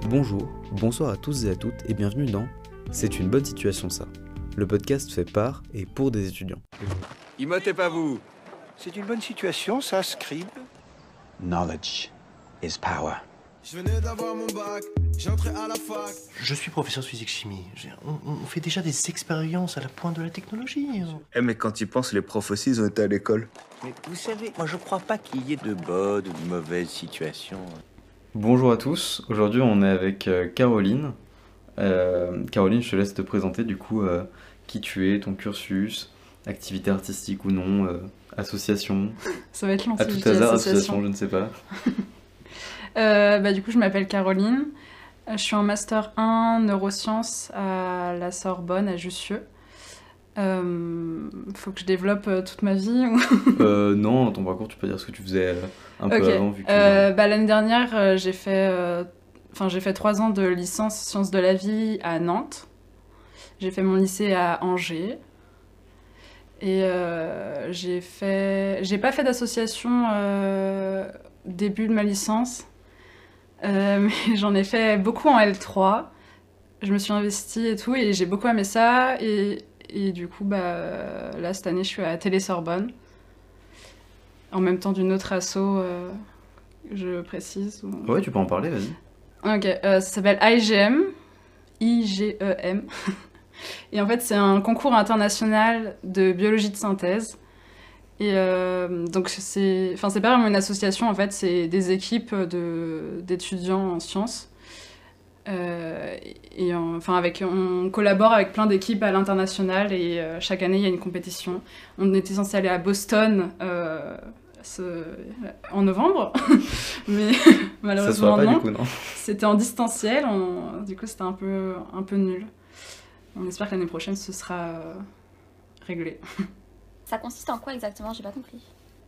Bonjour, bonsoir à tous et à toutes et bienvenue dans C'est une bonne situation ça, le podcast fait par et pour des étudiants. Immotez pas vous. C'est une bonne situation, ça, Scribe. Knowledge is power. Je venais d'avoir mon bac, j'entrais à la fac. Je suis professeur de physique-chimie. On fait déjà des expériences à la pointe de la technologie. Mais quand tu penses, les profs aussi, ils ont été à l'école. Mais vous savez, moi je crois pas qu'il y ait de bonnes ou de mauvaises situations. Bonjour à tous, aujourd'hui on est avec Caroline. Caroline, je te laisse te présenter du coup qui tu es, ton cursus, activité artistique ou non, association. Ça va être long, À si je tout dis hasard, association. association, je ne sais pas. Du coup, je m'appelle Caroline. Je suis en Master 1 Neurosciences à la Sorbonne, à Jussieu. Faut que je développe toute ma vie ou... Non, ton parcours, tu peux dire ce que tu faisais un peu Ok. avant. Vu que... L'année dernière, j'ai fait 3 ans de licence sciences de la vie à Nantes. J'ai fait mon lycée à Angers. Et j'ai pas fait d'association début de ma licence, mais j'en ai fait beaucoup en L3. Je me suis investie et tout, et j'ai beaucoup aimé ça. Et du coup, là, cette année, je suis à Télé Sorbonne, en même temps d'une autre asso, je précise. Ouais, tu peux en parler, vas-y. Ok, ça s'appelle IGM, IGEM. Et en fait, c'est un concours international de biologie de synthèse. Et donc, c'est pas vraiment une association, en fait, c'est des équipes d'étudiants en sciences. On collabore avec plein d'équipes à l'international et chaque année, il y a une compétition. On était censé aller à Boston en novembre, mais malheureusement, ça se fera pas, non. du coup, non. C'était en distanciel, du coup, c'était un peu nul. On espère que l'année prochaine, ce sera réglé. Ça consiste en quoi exactement? J'ai pas compris.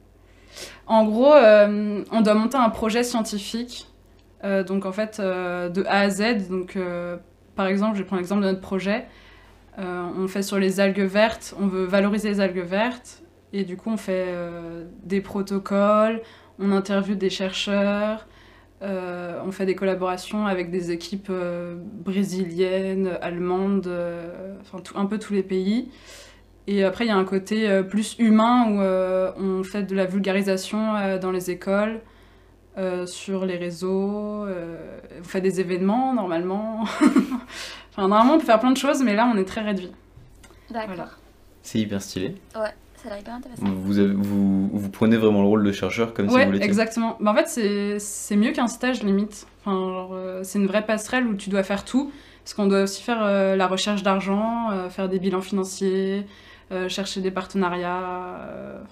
En gros, on doit monter un projet scientifique, donc en fait, de A à Z. Donc, par exemple, je vais prendre l'exemple de notre projet. On fait sur les algues vertes, on veut valoriser les algues vertes, et du coup, on fait des protocoles, on interviewe des chercheurs, on fait des collaborations avec des équipes brésiliennes, allemandes, un peu tous les pays. Et après, il y a un côté plus humain où on fait de la vulgarisation dans les écoles, sur les réseaux, on fait des événements normalement. Normalement, on peut faire plein de choses, mais là, on est très réduit. D'accord. Voilà. C'est hyper stylé. Ouais, ça a l'air hyper intéressant. Vous prenez vraiment le rôle de chercheur comme si Ouais, vous l'étiez. exactement. En fait, c'est mieux qu'un stage, limite. C'est une vraie passerelle où tu dois faire tout. Parce qu'on doit aussi faire la recherche d'argent, faire des bilans financiers, chercher des partenariats.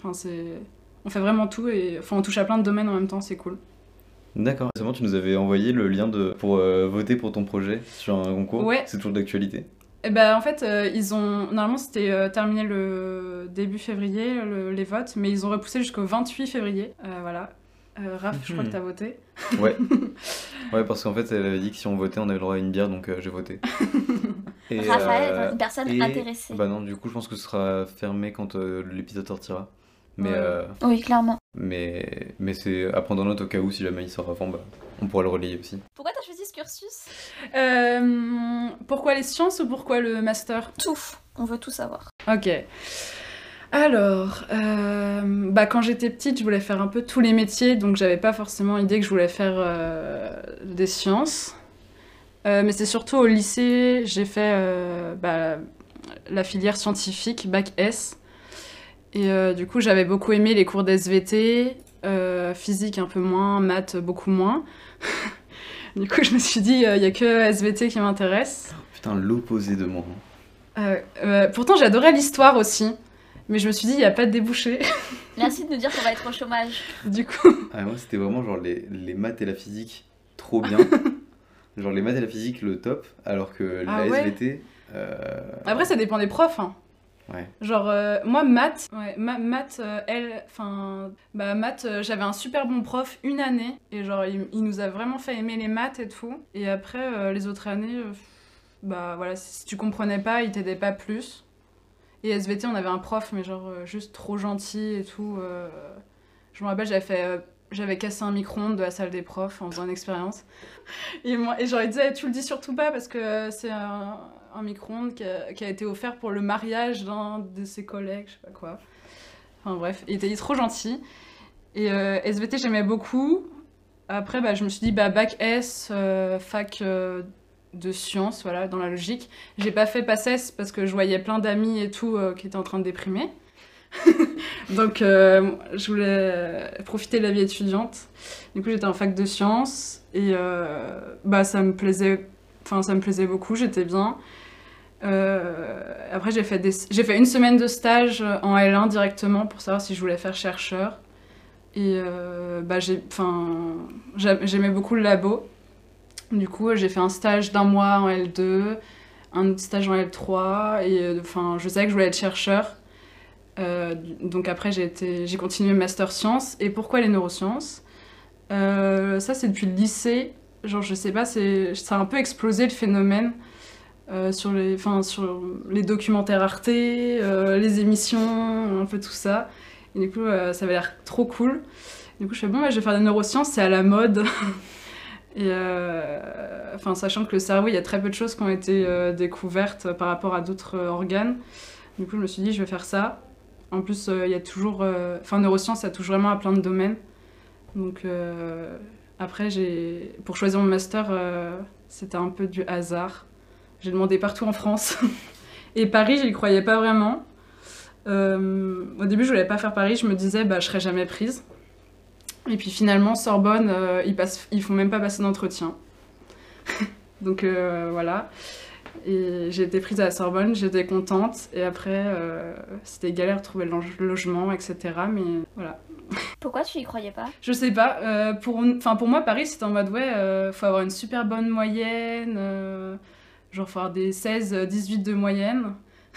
On fait vraiment tout et on touche à plein de domaines en même temps, c'est cool. D'accord. Récemment, tu nous avais envoyé le lien pour voter pour ton projet sur un concours. Ouais. C'est toujours d'actualité. Et en fait, normalement, c'était terminé le début février, les votes, mais ils ont repoussé jusqu'au 28 février. Voilà. Raph, je crois que t'as voté. Ouais. Ouais, parce qu'en fait, elle avait dit que si on votait, on avait le droit à une bière, donc j'ai voté. Et, Raphaël est une personne intéressée. Bah non, du coup, je pense que ce sera fermé quand l'épisode sortira. Mais, Ouais. Oui, clairement. mais c'est à prendre en note au cas où, si jamais il sort avant, on pourra le relayer aussi. Pourquoi t'as choisi ce cursus? Pourquoi les sciences ou pourquoi le master? Tout. On veut tout savoir. Ok. Alors, quand j'étais petite, je voulais faire un peu tous les métiers, donc j'avais pas forcément idée que je voulais faire des sciences. Mais c'est surtout au lycée, j'ai fait la filière scientifique, bac S. Et du coup, j'avais beaucoup aimé les cours d'SVT, physique un peu moins, maths beaucoup moins. Du coup, je me suis dit, il y a que SVT qui m'intéresse. Putain, l'opposé de moi. Pourtant, j'adorais l'histoire aussi. Mais je me suis dit, il n'y a pas de débouché. Merci de nous dire qu'on va être au chômage. Du coup... Ah, moi, c'était vraiment genre les maths et la physique, trop bien. Genre les maths et la physique, le top, alors que la SVT... Après, ça dépend des profs, hein. Ouais. Genre, moi, maths, j'avais un super bon prof une année, et genre, il nous a vraiment fait aimer les maths et tout. Et après, les autres années, si tu comprenais pas, il t'aidait pas plus. Et SVT, on avait un prof, mais genre, juste trop gentil et tout. Je me rappelle, j'avais fait j'avais cassé un micro-ondes de la salle des profs en faisant une expérience. Et j'aurais dit, tu le dis surtout pas parce que c'est un micro-ondes qui a été offert pour le mariage d'un de ses collègues, je sais pas quoi. Enfin bref, il était trop gentil. Et SVT, j'aimais beaucoup. Après, je me suis dit, bac S, fac de sciences, voilà, dans la logique. J'ai pas fait PACES parce que je voyais plein d'amis et tout qui étaient en train de déprimer. Donc, je voulais profiter de la vie étudiante. Du coup, j'étais en fac de sciences et ça me plaisait beaucoup, j'étais bien. Après, j'ai fait une semaine de stage en L1 directement pour savoir si je voulais faire chercheur. Et j'aimais beaucoup le labo. Du coup, j'ai fait un stage d'1 mois en L2, un autre stage en L3, et je savais que je voulais être chercheur. Donc après, j'ai continué master sciences. Et pourquoi les neurosciences ? Ça, c'est depuis le lycée. Genre, je sais pas, ça a un peu explosé le phénomène sur les documentaires Arte, les émissions, un peu tout ça. Et du coup, ça avait l'air trop cool. Du coup, je fais bon, je vais faire des neurosciences, c'est à la mode. Et sachant que le cerveau, il y a très peu de choses qui ont été découvertes par rapport à d'autres organes. Du coup, je me suis dit, je vais faire ça. En plus, il y a toujours... neurosciences, ça touche vraiment à plein de domaines. Donc, après, pour choisir mon master, c'était un peu du hasard. J'ai demandé partout en France. Et Paris, j'y croyais pas vraiment. Au début, je voulais pas faire Paris. Je me disais, je serais jamais prise. Et puis finalement, Sorbonne, ils font même pas passer d'entretien. Donc voilà. Et j'ai été prise à la Sorbonne, j'étais contente. Et après, c'était galère de trouver le logement, etc. Mais voilà. Pourquoi tu y croyais pas ? Je sais pas. Pour moi, Paris, c'était en mode, faut avoir une super bonne moyenne. Genre, faut avoir des 16, 18 de moyenne.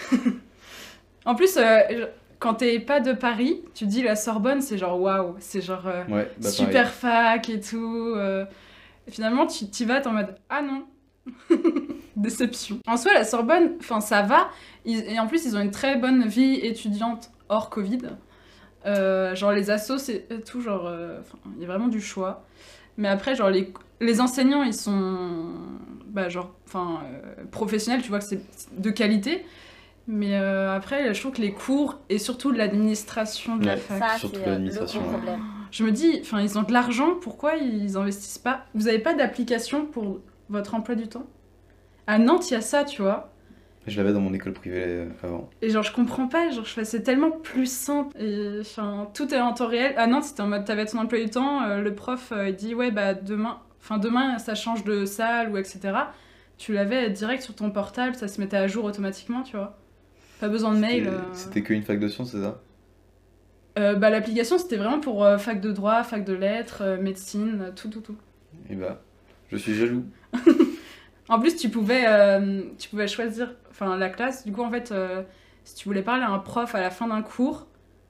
En plus, quand t'es pas de Paris, tu te dis la Sorbonne, c'est genre waouh, c'est genre super fac et tout. Et finalement, t'y vas, t'es en mode ah non. Déception. En soi, la Sorbonne, ça va. Et en plus, ils ont une très bonne vie étudiante hors Covid. Genre les assos, c'est tout, genre... il y a vraiment du choix. Mais après, genre, les enseignants, ils sont... professionnels, tu vois que c'est de qualité. Mais après, je trouve que les cours, et surtout l'administration de la fac... Ça, surtout c'est l'administration. le gros problème. Je me dis, ils ont de l'argent, pourquoi ils investissent pas ? Vous avez pas d'application pour votre emploi du temps ? À Nantes, il y a ça, tu vois. Je l'avais dans mon école privée avant. Et genre, je comprends pas, genre, c'est tellement plus simple. Et tout est en temps réel. À Nantes, c'était en mode, t'avais ton emploi du temps, le prof, il dit, ouais, demain, ça change de salle, ou etc. Tu l'avais direct sur ton portable, ça se mettait à jour automatiquement, tu vois. Pas besoin de mail. C'était qu'une fac de sciences, c'est ça ? L'application, c'était vraiment pour fac de droit, fac de lettres, médecine, tout. Et je suis jaloux. En plus, tu pouvais choisir la classe. Du coup, en fait, si tu voulais parler à un prof à la fin d'un cours,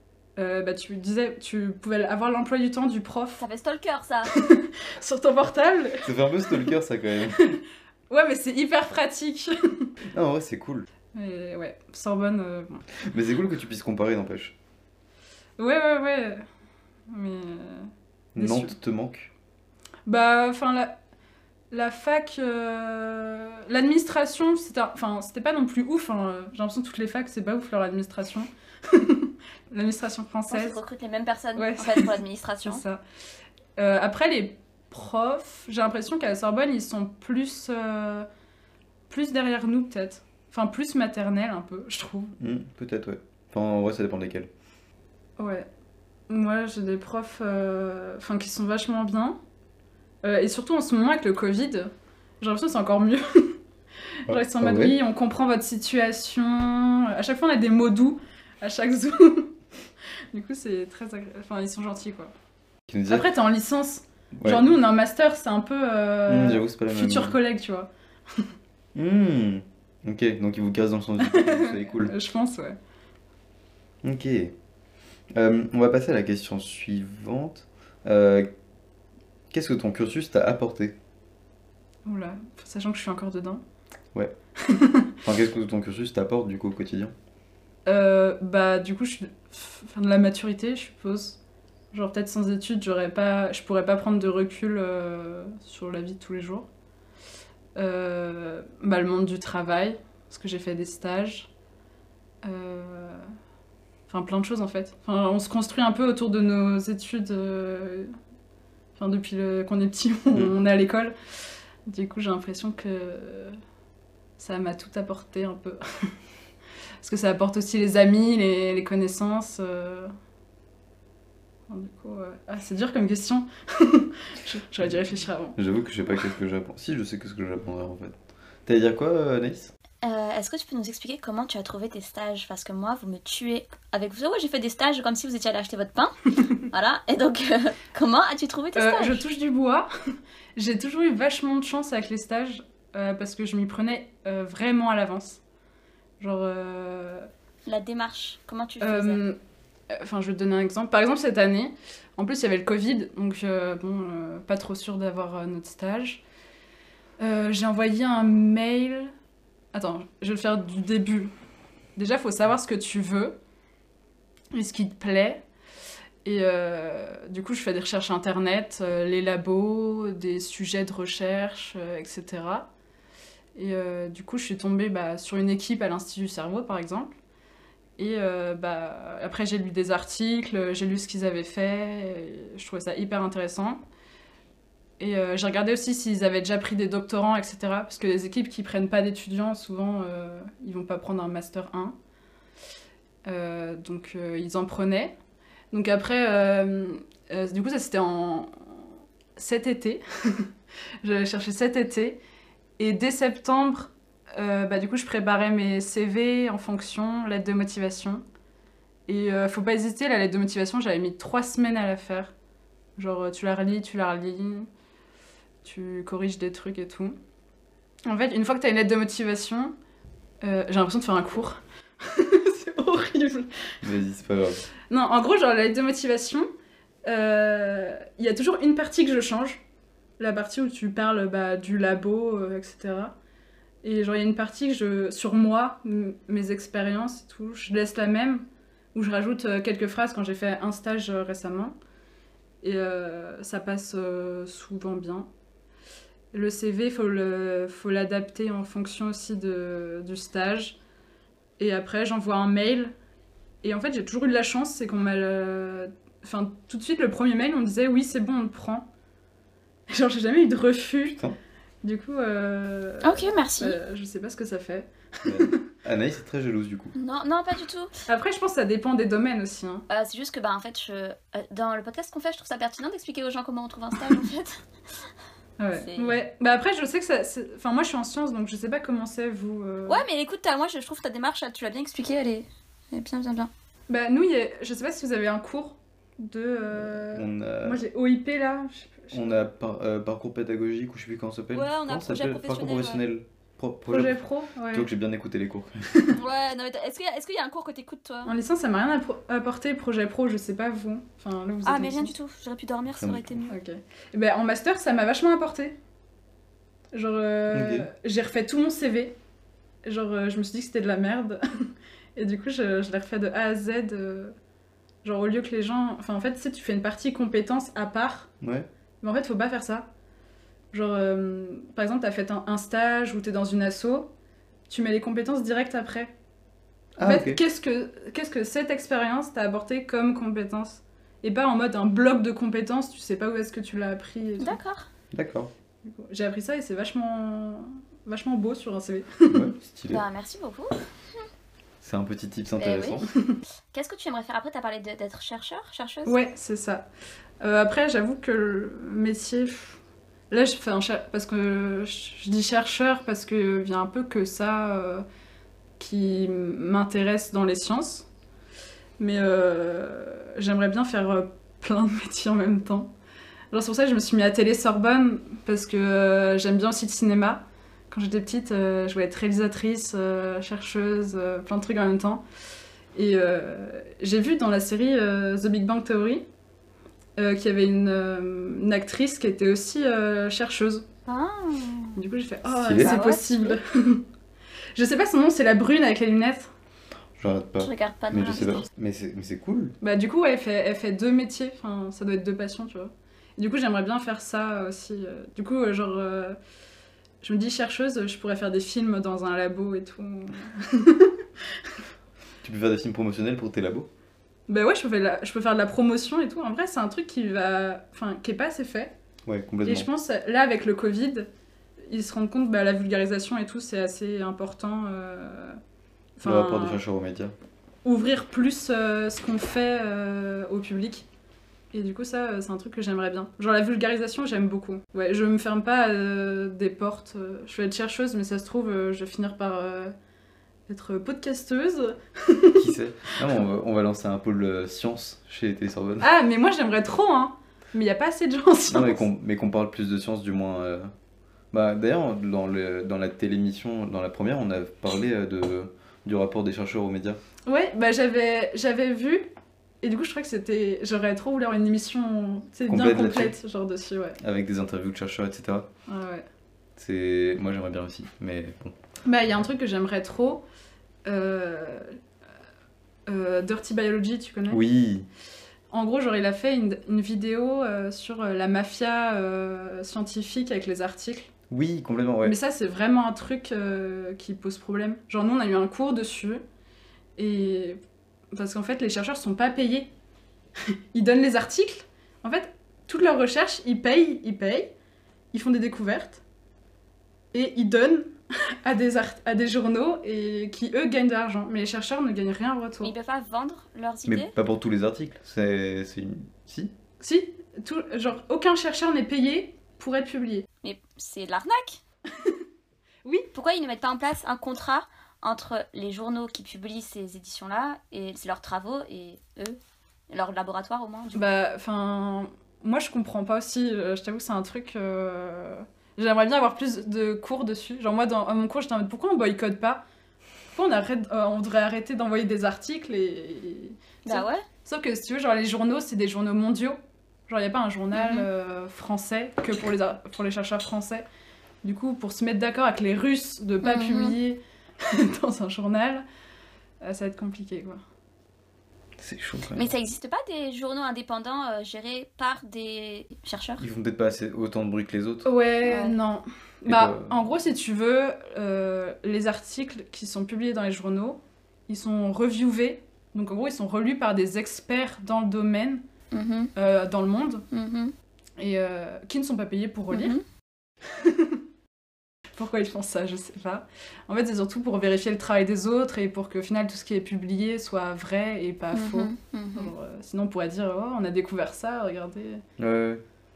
tu pouvais avoir l'emploi du temps du prof. Ça fait stalker, ça. Sur ton portable. Ça fait un peu stalker, ça, quand même. Ouais, mais c'est hyper pratique. Ah, en vrai, c'est cool. Et ouais, Sorbonne... bon. Mais c'est cool que tu puisses comparer, n'empêche. Ouais. Mais... Nantes te manque ? La fac... L'administration, c'était pas non plus ouf. J'ai l'impression que toutes les facs, c'est pas ouf leur administration. L'administration française. Ils recrutent les mêmes personnes Ouais. en fait, pour l'administration. C'est ça. Après, les profs, j'ai l'impression qu'à la Sorbonne, ils sont plus derrière nous, peut-être. Plus maternels, un peu, je trouve. Peut-être, ouais. En vrai, ça dépend desquels. Ouais. Moi, j'ai des profs qui sont vachement bien. Et surtout, en ce moment, avec le Covid, j'ai l'impression que c'est encore mieux. Genre, ils sont en mode, oui, on comprend votre situation. À chaque fois, on a des mots doux à chaque Zoom. Du coup, c'est très agréable. Ils sont gentils, quoi. Après, t'es en licence. Ouais. Genre, nous, on est en master, c'est un peu j'avoue, c'est pas la futur même... collègue, tu vois. Ok, donc ils vous cassent dans le sens du c'est cool. Je pense, ouais. Ok. On va passer à la question suivante. Qu'est-ce que ton cursus t'a apporté ? Oula, sachant que je suis encore dedans. Ouais. Qu'est-ce que ton cursus t'apporte du coup au quotidien ? Du coup, je suis de la maturité, je suppose. Genre peut-être sans études, je pourrais pas prendre de recul sur la vie de tous les jours. Le monde du travail, parce que j'ai fait des stages. Enfin, plein de choses en fait. Enfin, on se construit un peu autour de nos études. Enfin, depuis qu'on est petit, on est à l'école. Du coup, j'ai l'impression que ça m'a tout apporté un peu. Parce que ça apporte aussi les amis, les connaissances. Du coup, c'est dur comme question. J'aurais dû réfléchir avant. J'avoue que je sais pas qu'est-ce que j'apprends. Si, je sais qu'est-ce que j'apprendrai en fait. T'allais dire quoi, Anaïs? Est-ce que tu peux nous expliquer comment tu as trouvé tes stages? Parce que moi, vous me tuez. Avec vous, j'ai fait des stages comme si vous étiez allé acheter votre pain. Voilà. Et donc, comment as-tu trouvé tes stages? Je touche du bois. J'ai toujours eu vachement de chance avec les stages parce que je m'y prenais vraiment à l'avance. Genre. La démarche, comment tu faisais? Enfin, je vais te donner un exemple. Par exemple, cette année, en plus, il y avait le Covid, donc pas trop sûr d'avoir notre stage. J'ai envoyé un mail. Attends, je vais le faire du début. Déjà, il faut savoir ce que tu veux et ce qui te plaît. Et du coup, je fais des recherches internet, les labos, des sujets de recherche, etc. Et du coup, je suis tombée sur une équipe à l'Institut du Cerveau, par exemple. Et après, j'ai lu des articles, j'ai lu ce qu'ils avaient fait. Et je trouvais ça hyper intéressant. Et j'ai regardé aussi s'ils avaient déjà pris des doctorants, etc. Parce que les équipes qui prennent pas d'étudiants, souvent, ils vont pas prendre un Master 1. Donc, ils en prenaient. Donc après, du coup, ça c'était cet été. J'avais cherché cet été. Et dès septembre, du coup, je préparais mes CV en fonction, lettre de motivation. Et faut pas hésiter, la lettre de motivation, j'avais mis 3 semaines à la faire. Genre, tu la relis, tu corriges des trucs et tout. En fait, une fois que t'as une lettre de motivation, j'ai l'impression de faire un cours. C'est horrible. Vas-y, c'est pas grave. Non, en gros, genre, la lettre de motivation, il y a toujours une partie que je change. La partie où tu parles du labo, etc. Et genre, il y a une partie sur moi, mes expériences et tout, je laisse la même, où je rajoute quelques phrases quand j'ai fait un stage récemment. Et ça passe souvent bien. Le CV, faut l'adapter en fonction aussi du stage. Et après, j'envoie un mail. Et en fait, j'ai toujours eu de la chance, c'est qu'on m'a... Enfin, tout de suite, le premier mail, on disait « Oui, c'est bon, on le prend ». Genre, j'ai jamais eu de refus. Putain. Du coup... Ok, merci. Je sais pas ce que ça fait. Anaïs est très jalouse du coup. Non, pas du tout. Après, je pense que ça dépend des domaines aussi. Hein. C'est juste que, en fait, dans le podcast qu'on fait, je trouve ça pertinent d'expliquer aux gens comment on trouve un stage, en fait. Ouais. Après, je sais que ça... Enfin, moi, je suis en sciences, donc je sais pas comment c'est, vous... Ouais, mais écoute, moi, je trouve ta démarche, tu l'as bien expliquée, elle est bien. Nous, je sais pas si vous avez un cours de... Moi, j'ai OIP, là. On a parcours pédagogique, ou je sais plus comment ça s'appelle. Ouais, on a projet professionnel. Parcours professionnel. Projet pro, ouais. Tu vois que j'ai bien écouté les cours. Ouais, non, mais est-ce qu'il y a un cours que t'écoutes, toi? En licence, ça m'a rien apporté, projet pro, je sais pas vous. Enfin, là, vous êtes mais en rien licence. du tout, j'aurais pu dormir, ça aurait été mieux. Ok. Et en master, ça m'a vachement apporté. Genre, j'ai refait tout mon CV. Genre, je me suis dit que c'était de la merde. Et du coup, je l'ai refait de A à Z. Genre, au lieu que les gens... Enfin, en fait, tu sais, tu fais une partie compétences à part. Ouais. Mais en fait, faut pas faire ça. Genre, par exemple, t'as fait un stage ou t'es dans une asso, tu mets les compétences direct après. En fait, qu'est-ce que cette expérience t'a apporté comme compétence? Et pas en mode un bloc de compétences, tu sais pas où est-ce que tu l'as appris. D'accord. J'ai appris ça et c'est vachement beau sur un CV. Ouais, stylé. Merci beaucoup. C'est un petit tips intéressant. Oui. Qu'est-ce que tu aimerais faire après? T'as parlé d'être chercheuse? Ouais, c'est ça. Après, j'avoue que le métier... Là, je fais parce que je dis chercheur parce qu'il y a un peu que ça qui m'intéresse dans les sciences. Mais j'aimerais bien faire plein de métiers en même temps. Alors, c'est pour ça que je me suis mis à Télé Sorbonne parce que j'aime bien aussi le cinéma. Quand j'étais petite, je voulais être réalisatrice, chercheuse, plein de trucs en même temps. Et j'ai vu dans la série The Big Bang Theory qu'il y avait une actrice qui était aussi chercheuse. Du coup, j'ai fait « Oh, c'est possible !» Je sais pas son nom, c'est la brune avec les lunettes. J'arrête pas. Je regarde pas de Mais je sais pas. l'instant. Mais c'est cool. Bah du coup, ouais, elle fait 2 métiers, enfin, ça doit être 2 passions, tu vois. Et du coup, j'aimerais bien faire ça aussi. Du coup, je me dis chercheuse, je pourrais faire des films dans un labo et tout. Tu peux faire des films promotionnels pour tes labos? Bah ouais, je peux faire de la promotion et tout. En vrai, c'est un truc qui est pas assez fait. Ouais, Et complètement. je pense, là, avec le Covid, ils se rendent compte, bah, la vulgarisation et tout, c'est assez important. Le rapport des chercheurs aux médias. Ouvrir plus ce qu'on fait au public. Et du coup, ça, c'est un truc que j'aimerais bien. Genre, la vulgarisation, j'aime beaucoup. Ouais, je me ferme pas des portes. Je vais être chercheuse, mais ça se trouve, je vais finir par être podcasteuse. Qui sait? Non, on va lancer un pôle sciences chez Télé-Sorbonne. Ah, mais moi, j'aimerais trop, hein. Mais il y a pas assez de gens en sciences. Non, mais qu'on parle plus de sciences, du moins. Bah, d'ailleurs, dans la télémission, dans la première, on a parlé du rapport des chercheurs aux médias. Ouais, bah j'avais vu. Et du coup, je crois que j'aurais trop voulu avoir une émission bien Complète complète, genre dessus, ouais. Avec des interviews de chercheurs, etc. Ouais. Moi, j'aimerais bien aussi, mais bon. Bah, il y a un truc que j'aimerais trop. Dirty Biology, tu connais? Oui, En gros, genre, il a fait une vidéo sur la mafia scientifique avec les articles. oui, complètement, ouais. Mais ça, c'est vraiment un truc qui pose problème. Genre, nous, on a eu un cours dessus. Et parce qu'en fait, les chercheurs sont pas payés. Ils donnent les articles. En fait, toute leur recherche, ils payent. Ils font des découvertes. Et ils donnent à des journaux et qui, eux, gagnent de l'argent. Mais les chercheurs ne gagnent rien en retour. Mais ils peuvent pas vendre leurs Mais idées. pas pour tous les articles. Si? Si, genre, aucun chercheur n'est payé pour être publié. Mais c'est de l'arnaque. Oui. Pourquoi ils ne mettent pas en place un contrat entre les journaux qui publient ces éditions-là, et c'est leurs travaux, et eux, leur laboratoire au moins du coup. Bah, enfin, moi je comprends pas aussi. Je t'avoue que c'est un truc. J'aimerais bien avoir plus de cours dessus. Genre, moi, à mon cours, j'étais en mode pourquoi on boycotte pas? Pourquoi on devrait arrêter d'envoyer des articles et. Bah ouais. Sauf que si tu veux, genre, les journaux, c'est des journaux mondiaux. Genre, il n'y a pas un journal français que pour les chercheurs français. Du coup, pour se mettre d'accord avec les Russes de pas publier dans un journal, ça va être compliqué, quoi. C'est chaud quand même. Mais ça existe pas des journaux indépendants gérés par des chercheurs? Ils font peut-être pas autant de bruit que les autres. Ouais, Ouais. non. Et Bah, toi en gros, si tu veux, les articles qui sont publiés dans les journaux, ils sont reviewés. Donc, en gros, ils sont relus par des experts dans le domaine, Mhm, dans le monde, mhm, et qui ne sont pas payés pour relire. mhm. Pourquoi ils font ça, je sais pas. En fait, c'est surtout pour vérifier le travail des autres et pour qu'au final, tout ce qui est publié soit vrai et pas faux. Mhm, mhm. Genre, sinon, on pourrait dire, oh, on a découvert ça, regardez. Ouais.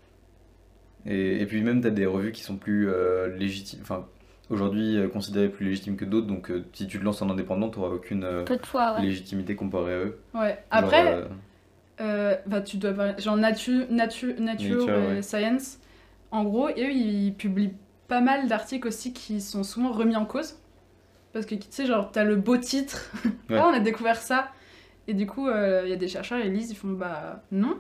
Et puis même, t'as des revues qui sont plus légitimes. Enfin, aujourd'hui, considérées plus légitimes que d'autres. Donc, si tu te lances en indépendant, t'auras aucune Peu de fois, ouais. légitimité comparée à eux. Ouais. Genre, Après, bah, tu dois parler, genre Nature Nature, et ouais. Science. En gros, eux, ils publient pas mal d'articles aussi qui sont souvent remis en cause. Parce que, tu sais, genre, t'as le beau titre. Ouais. Ah, on a découvert ça. Et du coup, il y a des chercheurs, ils lisent, ils font, bah, non.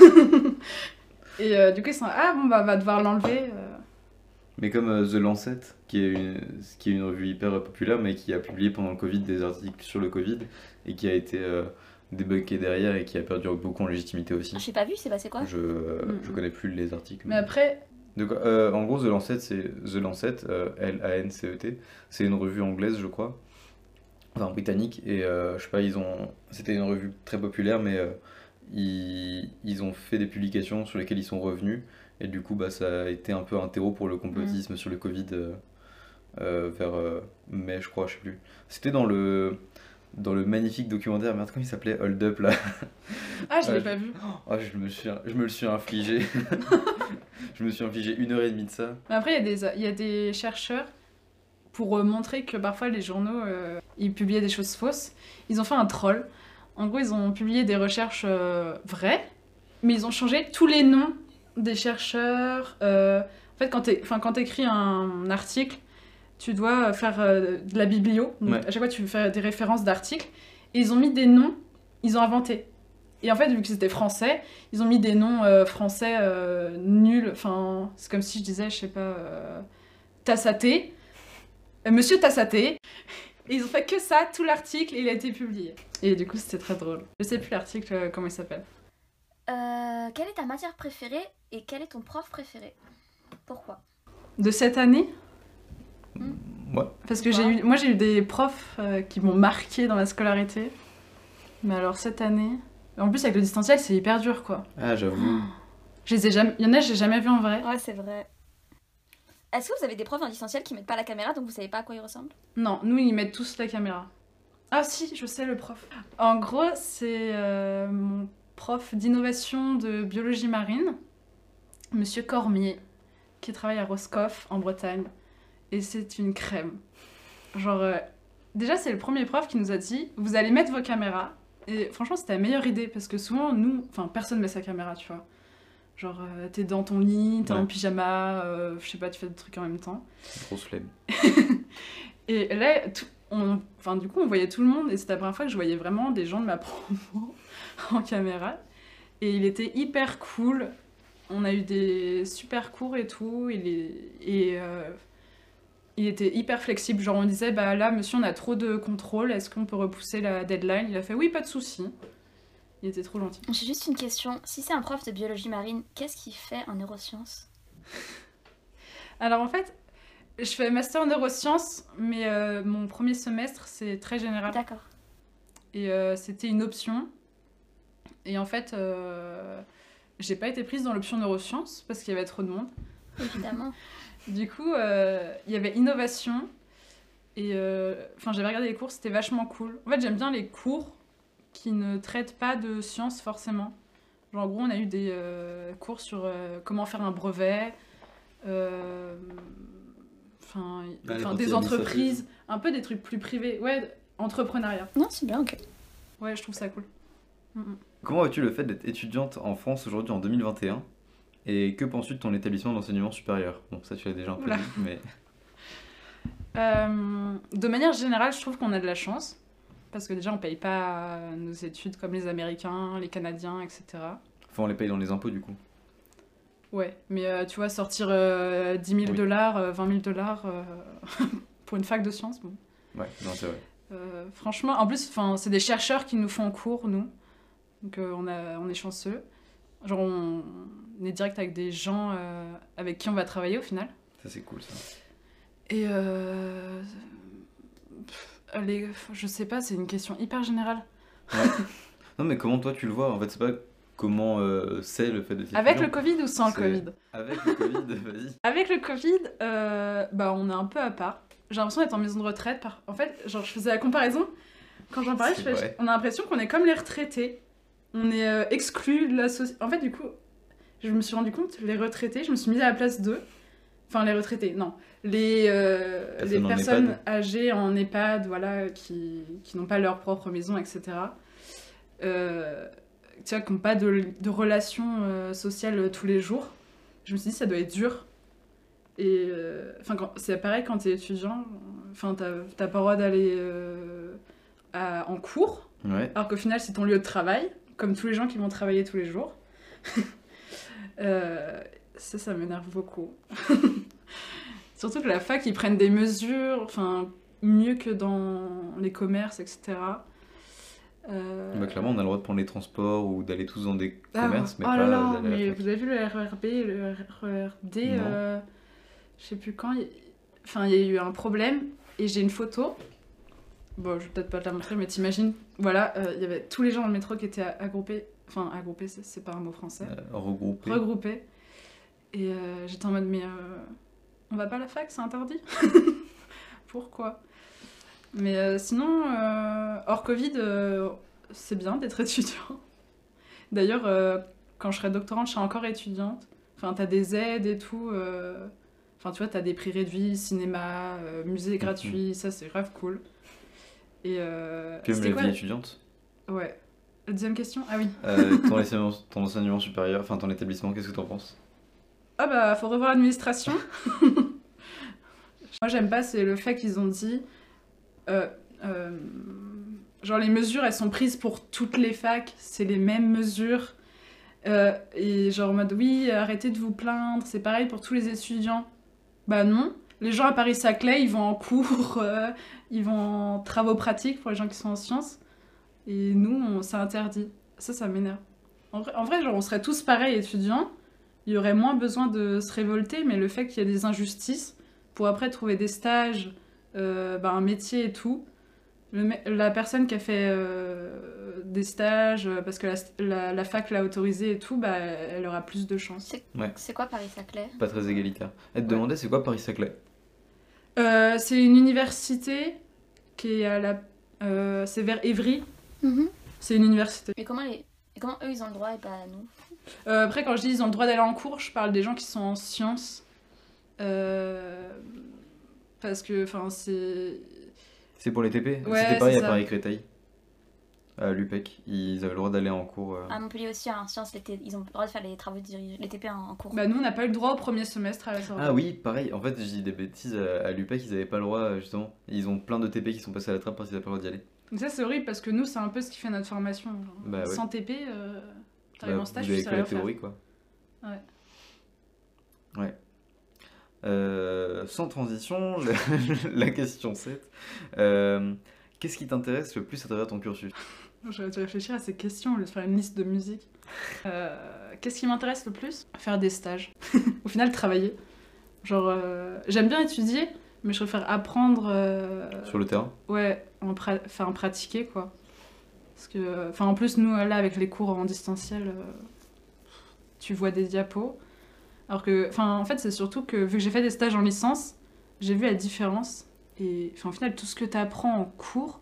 Et du coup, ils sont, ah, bon, bah, va devoir l'enlever. Mais comme The Lancet, qui est une revue hyper populaire, mais qui a publié pendant le Covid des articles sur le Covid, et qui a été débunké derrière, et qui a perdu beaucoup en légitimité aussi. J'ai pas vu, c'est passé quoi? Je connais plus les articles. Mais après, De quoi en gros, The Lancet, c'est The Lancet, Lancet, c'est une revue anglaise, je crois, enfin britannique, et je sais pas, c'était une revue très populaire, mais ils ont fait des publications sur lesquelles ils sont revenus, et du coup, bah, ça a été un peu un terreau pour le complotisme sur le Covid vers mai, je crois, je sais plus. C'était dans le magnifique documentaire, merde, comment il s'appelait, Hold Up, là. ah, je l'ai Ouais, pas vu. Oh, je me le suis infligé. Je me suis infligé 1h30 de ça. Mais après, il y a des chercheurs, pour montrer que parfois les journaux, ils publiaient des choses fausses, ils ont fait un troll. En gros, ils ont publié des recherches vraies, mais ils ont changé tous les noms des chercheurs. En fait, quand t'écris un article, tu dois faire de la biblio. Donc, Ouais. à chaque fois, tu fais des références d'articles. Et ils ont mis des noms, ils ont inventé. Et en fait, vu que c'était français, ils ont mis des noms français nuls. Enfin, c'est comme si je disais, je sais pas, Tassaté, Monsieur Tassaté. Et ils ont fait que ça, tout l'article, et il a été publié. Et du coup, c'était très drôle. Je sais plus l'article, comment il s'appelle. Quelle est ta matière préférée et quel est ton prof préféré? Pourquoi? De cette année? Ouais. Parce que moi j'ai eu des profs qui m'ont marqué dans la scolarité. Mais alors cette année... En plus avec le distanciel c'est hyper dur quoi. Ah j'avoue. Je les ai jamais... Il y en a j'ai jamais vu en vrai. Ouais, c'est vrai. Est-ce que vous avez des profs en distanciel qui mettent pas la caméra donc vous savez pas à quoi ils ressemblent? Non, nous ils mettent tous la caméra. Ah si, je sais le prof. En gros c'est mon prof d'innovation de biologie marine, Monsieur Cormier, qui travaille à Roscoff en Bretagne. Et c'est une crème. Genre, déjà c'est le premier prof qui nous a dit, vous allez mettre vos caméras. Et franchement c'était la meilleure idée parce que souvent nous, enfin personne met sa caméra tu vois. Genre t'es dans ton lit, t'es en pyjama, je sais pas, tu fais des trucs en même temps. Grosse flemme. Et là, du coup on voyait tout le monde et c'était la première fois que je voyais vraiment des gens de ma promo en caméra. Et il était hyper cool. On a eu des super cours et tout. Il était hyper flexible. Genre, on disait, bah là, monsieur, on a trop de contrôle. Est-ce qu'on peut repousser la deadline? Il a fait, oui, pas de souci. Il était trop gentil. J'ai juste une question. Si c'est un prof de biologie marine, qu'est-ce qu'il fait en neurosciences? Alors, en fait, je fais master en neurosciences, mais mon premier semestre, c'est très général. D'accord. Et c'était une option. Et en fait, j'ai pas été prise dans l'option neurosciences parce qu'il y avait trop de monde. Évidemment. Du coup, il y avait innovation. Et j'avais regardé les cours, c'était vachement cool. En fait, j'aime bien les cours qui ne traitent pas de sciences forcément. Genre, en gros, on a eu des cours sur comment faire un brevet, des entreprises, un peu des trucs plus privés. Ouais, entrepreneuriat. Non, c'est bien, ok. Ouais, je trouve ça cool. Comment vois-tu le fait d'être étudiante en France aujourd'hui en 2021 et que penses-tu de ton établissement d'enseignement supérieur? Bon, ça tu l'as déjà un peu dit, mais... De manière générale, je trouve qu'on a de la chance. Parce que déjà, on paye pas nos études comme les Américains, les Canadiens, etc. Enfin, on les paye dans les impôts du coup. Ouais, mais tu vois, sortir 10 000 $, 20 000 $ pour une fac de sciences, bon. Ouais, non, c'est vrai. Franchement, en plus, c'est des chercheurs qui nous font cours, nous. Donc on est chanceux. Genre, on est direct avec des gens avec qui on va travailler au final. Ça, c'est cool, ça. Et je sais pas, c'est une question hyper générale. Ouais. Non, mais comment toi tu le vois? En fait, c'est pas comment c'est le fait de... Avec le Covid ou sans le Covid? Avec le Covid, vas-y. Avec le Covid, on est un peu à part. J'ai l'impression d'être en maison de retraite. En fait, genre, je faisais la comparaison. Quand j'en parlais, on a l'impression qu'on est comme les retraités. On est exclus de la société. En fait, du coup, je me suis rendu compte, les retraités, je me suis mise à la place d'eux. Enfin, les retraités, non. Les personnes âgées en EHPAD, voilà, qui n'ont pas leur propre maison, etc. Tu vois, qui n'ont pas de relations sociales tous les jours. Je me suis dit, ça doit être dur. Et c'est pareil quand t'es étudiant, t'as pas le droit d'aller en cours, ouais. Alors qu'au final, c'est ton lieu de travail, comme tous les gens qui vont travailler tous les jours. Ça m'énerve beaucoup. Surtout que la fac, ils prennent des mesures, mieux que dans les commerces, etc. Clairement, on a le droit de prendre les transports ou d'aller tous dans des commerces, mais oh pas là là, d'aller à la mais fac. vous avez vu le RERB, le RERD, je sais plus quand, il y a eu un problème, et j'ai une photo. Bon, je vais peut-être pas te la montrer, mais t'imagines, voilà, il y avait tous les gens dans le métro qui étaient agroupés, c'est pas un mot français. Regroupés. Et j'étais en mode, mais on va pas à la fac, c'est interdit. Pourquoi? Mais sinon, hors Covid, c'est bien d'être étudiant. D'ailleurs, quand je serai doctorante, je serai encore étudiante. T'as des aides et tout. Tu vois, t'as des prix réduits, cinéma, musée gratuit, ça c'est grave cool. Et tu aimes la vie étudiante? Ouais. La deuxième question? Ah oui. Ton enseignement supérieur, ton établissement, qu'est-ce que t'en penses? Ah bah, faut revoir l'administration. Moi, j'aime pas, c'est le fait qu'ils ont dit... genre, les mesures, elles sont prises pour toutes les facs, c'est les mêmes mesures. Et genre, en mode, oui, arrêtez de vous plaindre, c'est pareil pour tous les étudiants. Bah non, les gens à Paris-Saclay, ils vont en cours, ils vont en travaux pratiques pour les gens qui sont en sciences. Et nous, c'est interdit. Ça m'énerve. En vrai, genre, on serait tous pareils étudiants. Il y aurait moins besoin de se révolter, mais le fait qu'il y ait des injustices, pour après trouver des stages, un métier et tout, la personne qui a fait des stages, parce que la fac l'a autorisé et tout, elle aura plus de chance. C'est quoi Paris-Saclay? Pas très égalitaire. Elle te demandait c'est quoi Paris-Saclay? C'est une université qui est à la... c'est vers Évry. C'est une université. Et comment eux ils ont le droit et pas nous? Après, quand je dis ils ont le droit d'aller en cours, je parle des gens qui sont en sciences. Parce que, enfin, c'est... C'est pour les TP. Ouais, c'était pareil c'est à ça. Paris-Créteil. À l'UPEC. Ils avaient le droit d'aller en cours. À Montpellier aussi, en sciences, ils ont le droit de faire les travaux les TP en cours. Nous, on n'a pas eu le droit au premier semestre à la sortie. Ah oui, pareil. En fait, je dis des bêtises. À l'UPEC, ils avaient pas le droit, justement. Ils ont plein de TP qui sont passés à la trappe parce qu'ils avaient pas le droit d'y aller. Donc ça, c'est horrible parce que nous, c'est un peu ce qui fait notre formation. Genre. Bah ouais. Sans TP, t'arrives en stage, vous avez tu sais que rien la faire. théorie, quoi. Ouais. Ouais. Sans transition, la question 7. Qu'est-ce qui t'intéresse le plus à travers ton cursus? J'aurais dû réfléchir à ces questions au lieu de faire une liste de musique. Qu'est-ce qui m'intéresse le plus? Faire des stages. Au final, travailler. Genre, j'aime bien étudier, mais je préfère apprendre... Sur le terrain? Ouais, en pratiquer, quoi. Parce que, en plus, nous, là, avec les cours en distanciel, tu vois des diapos. Alors que, en fait, c'est surtout que, vu que j'ai fait des stages en licence, j'ai vu la différence. Et, au final, tout ce que tu apprends en cours,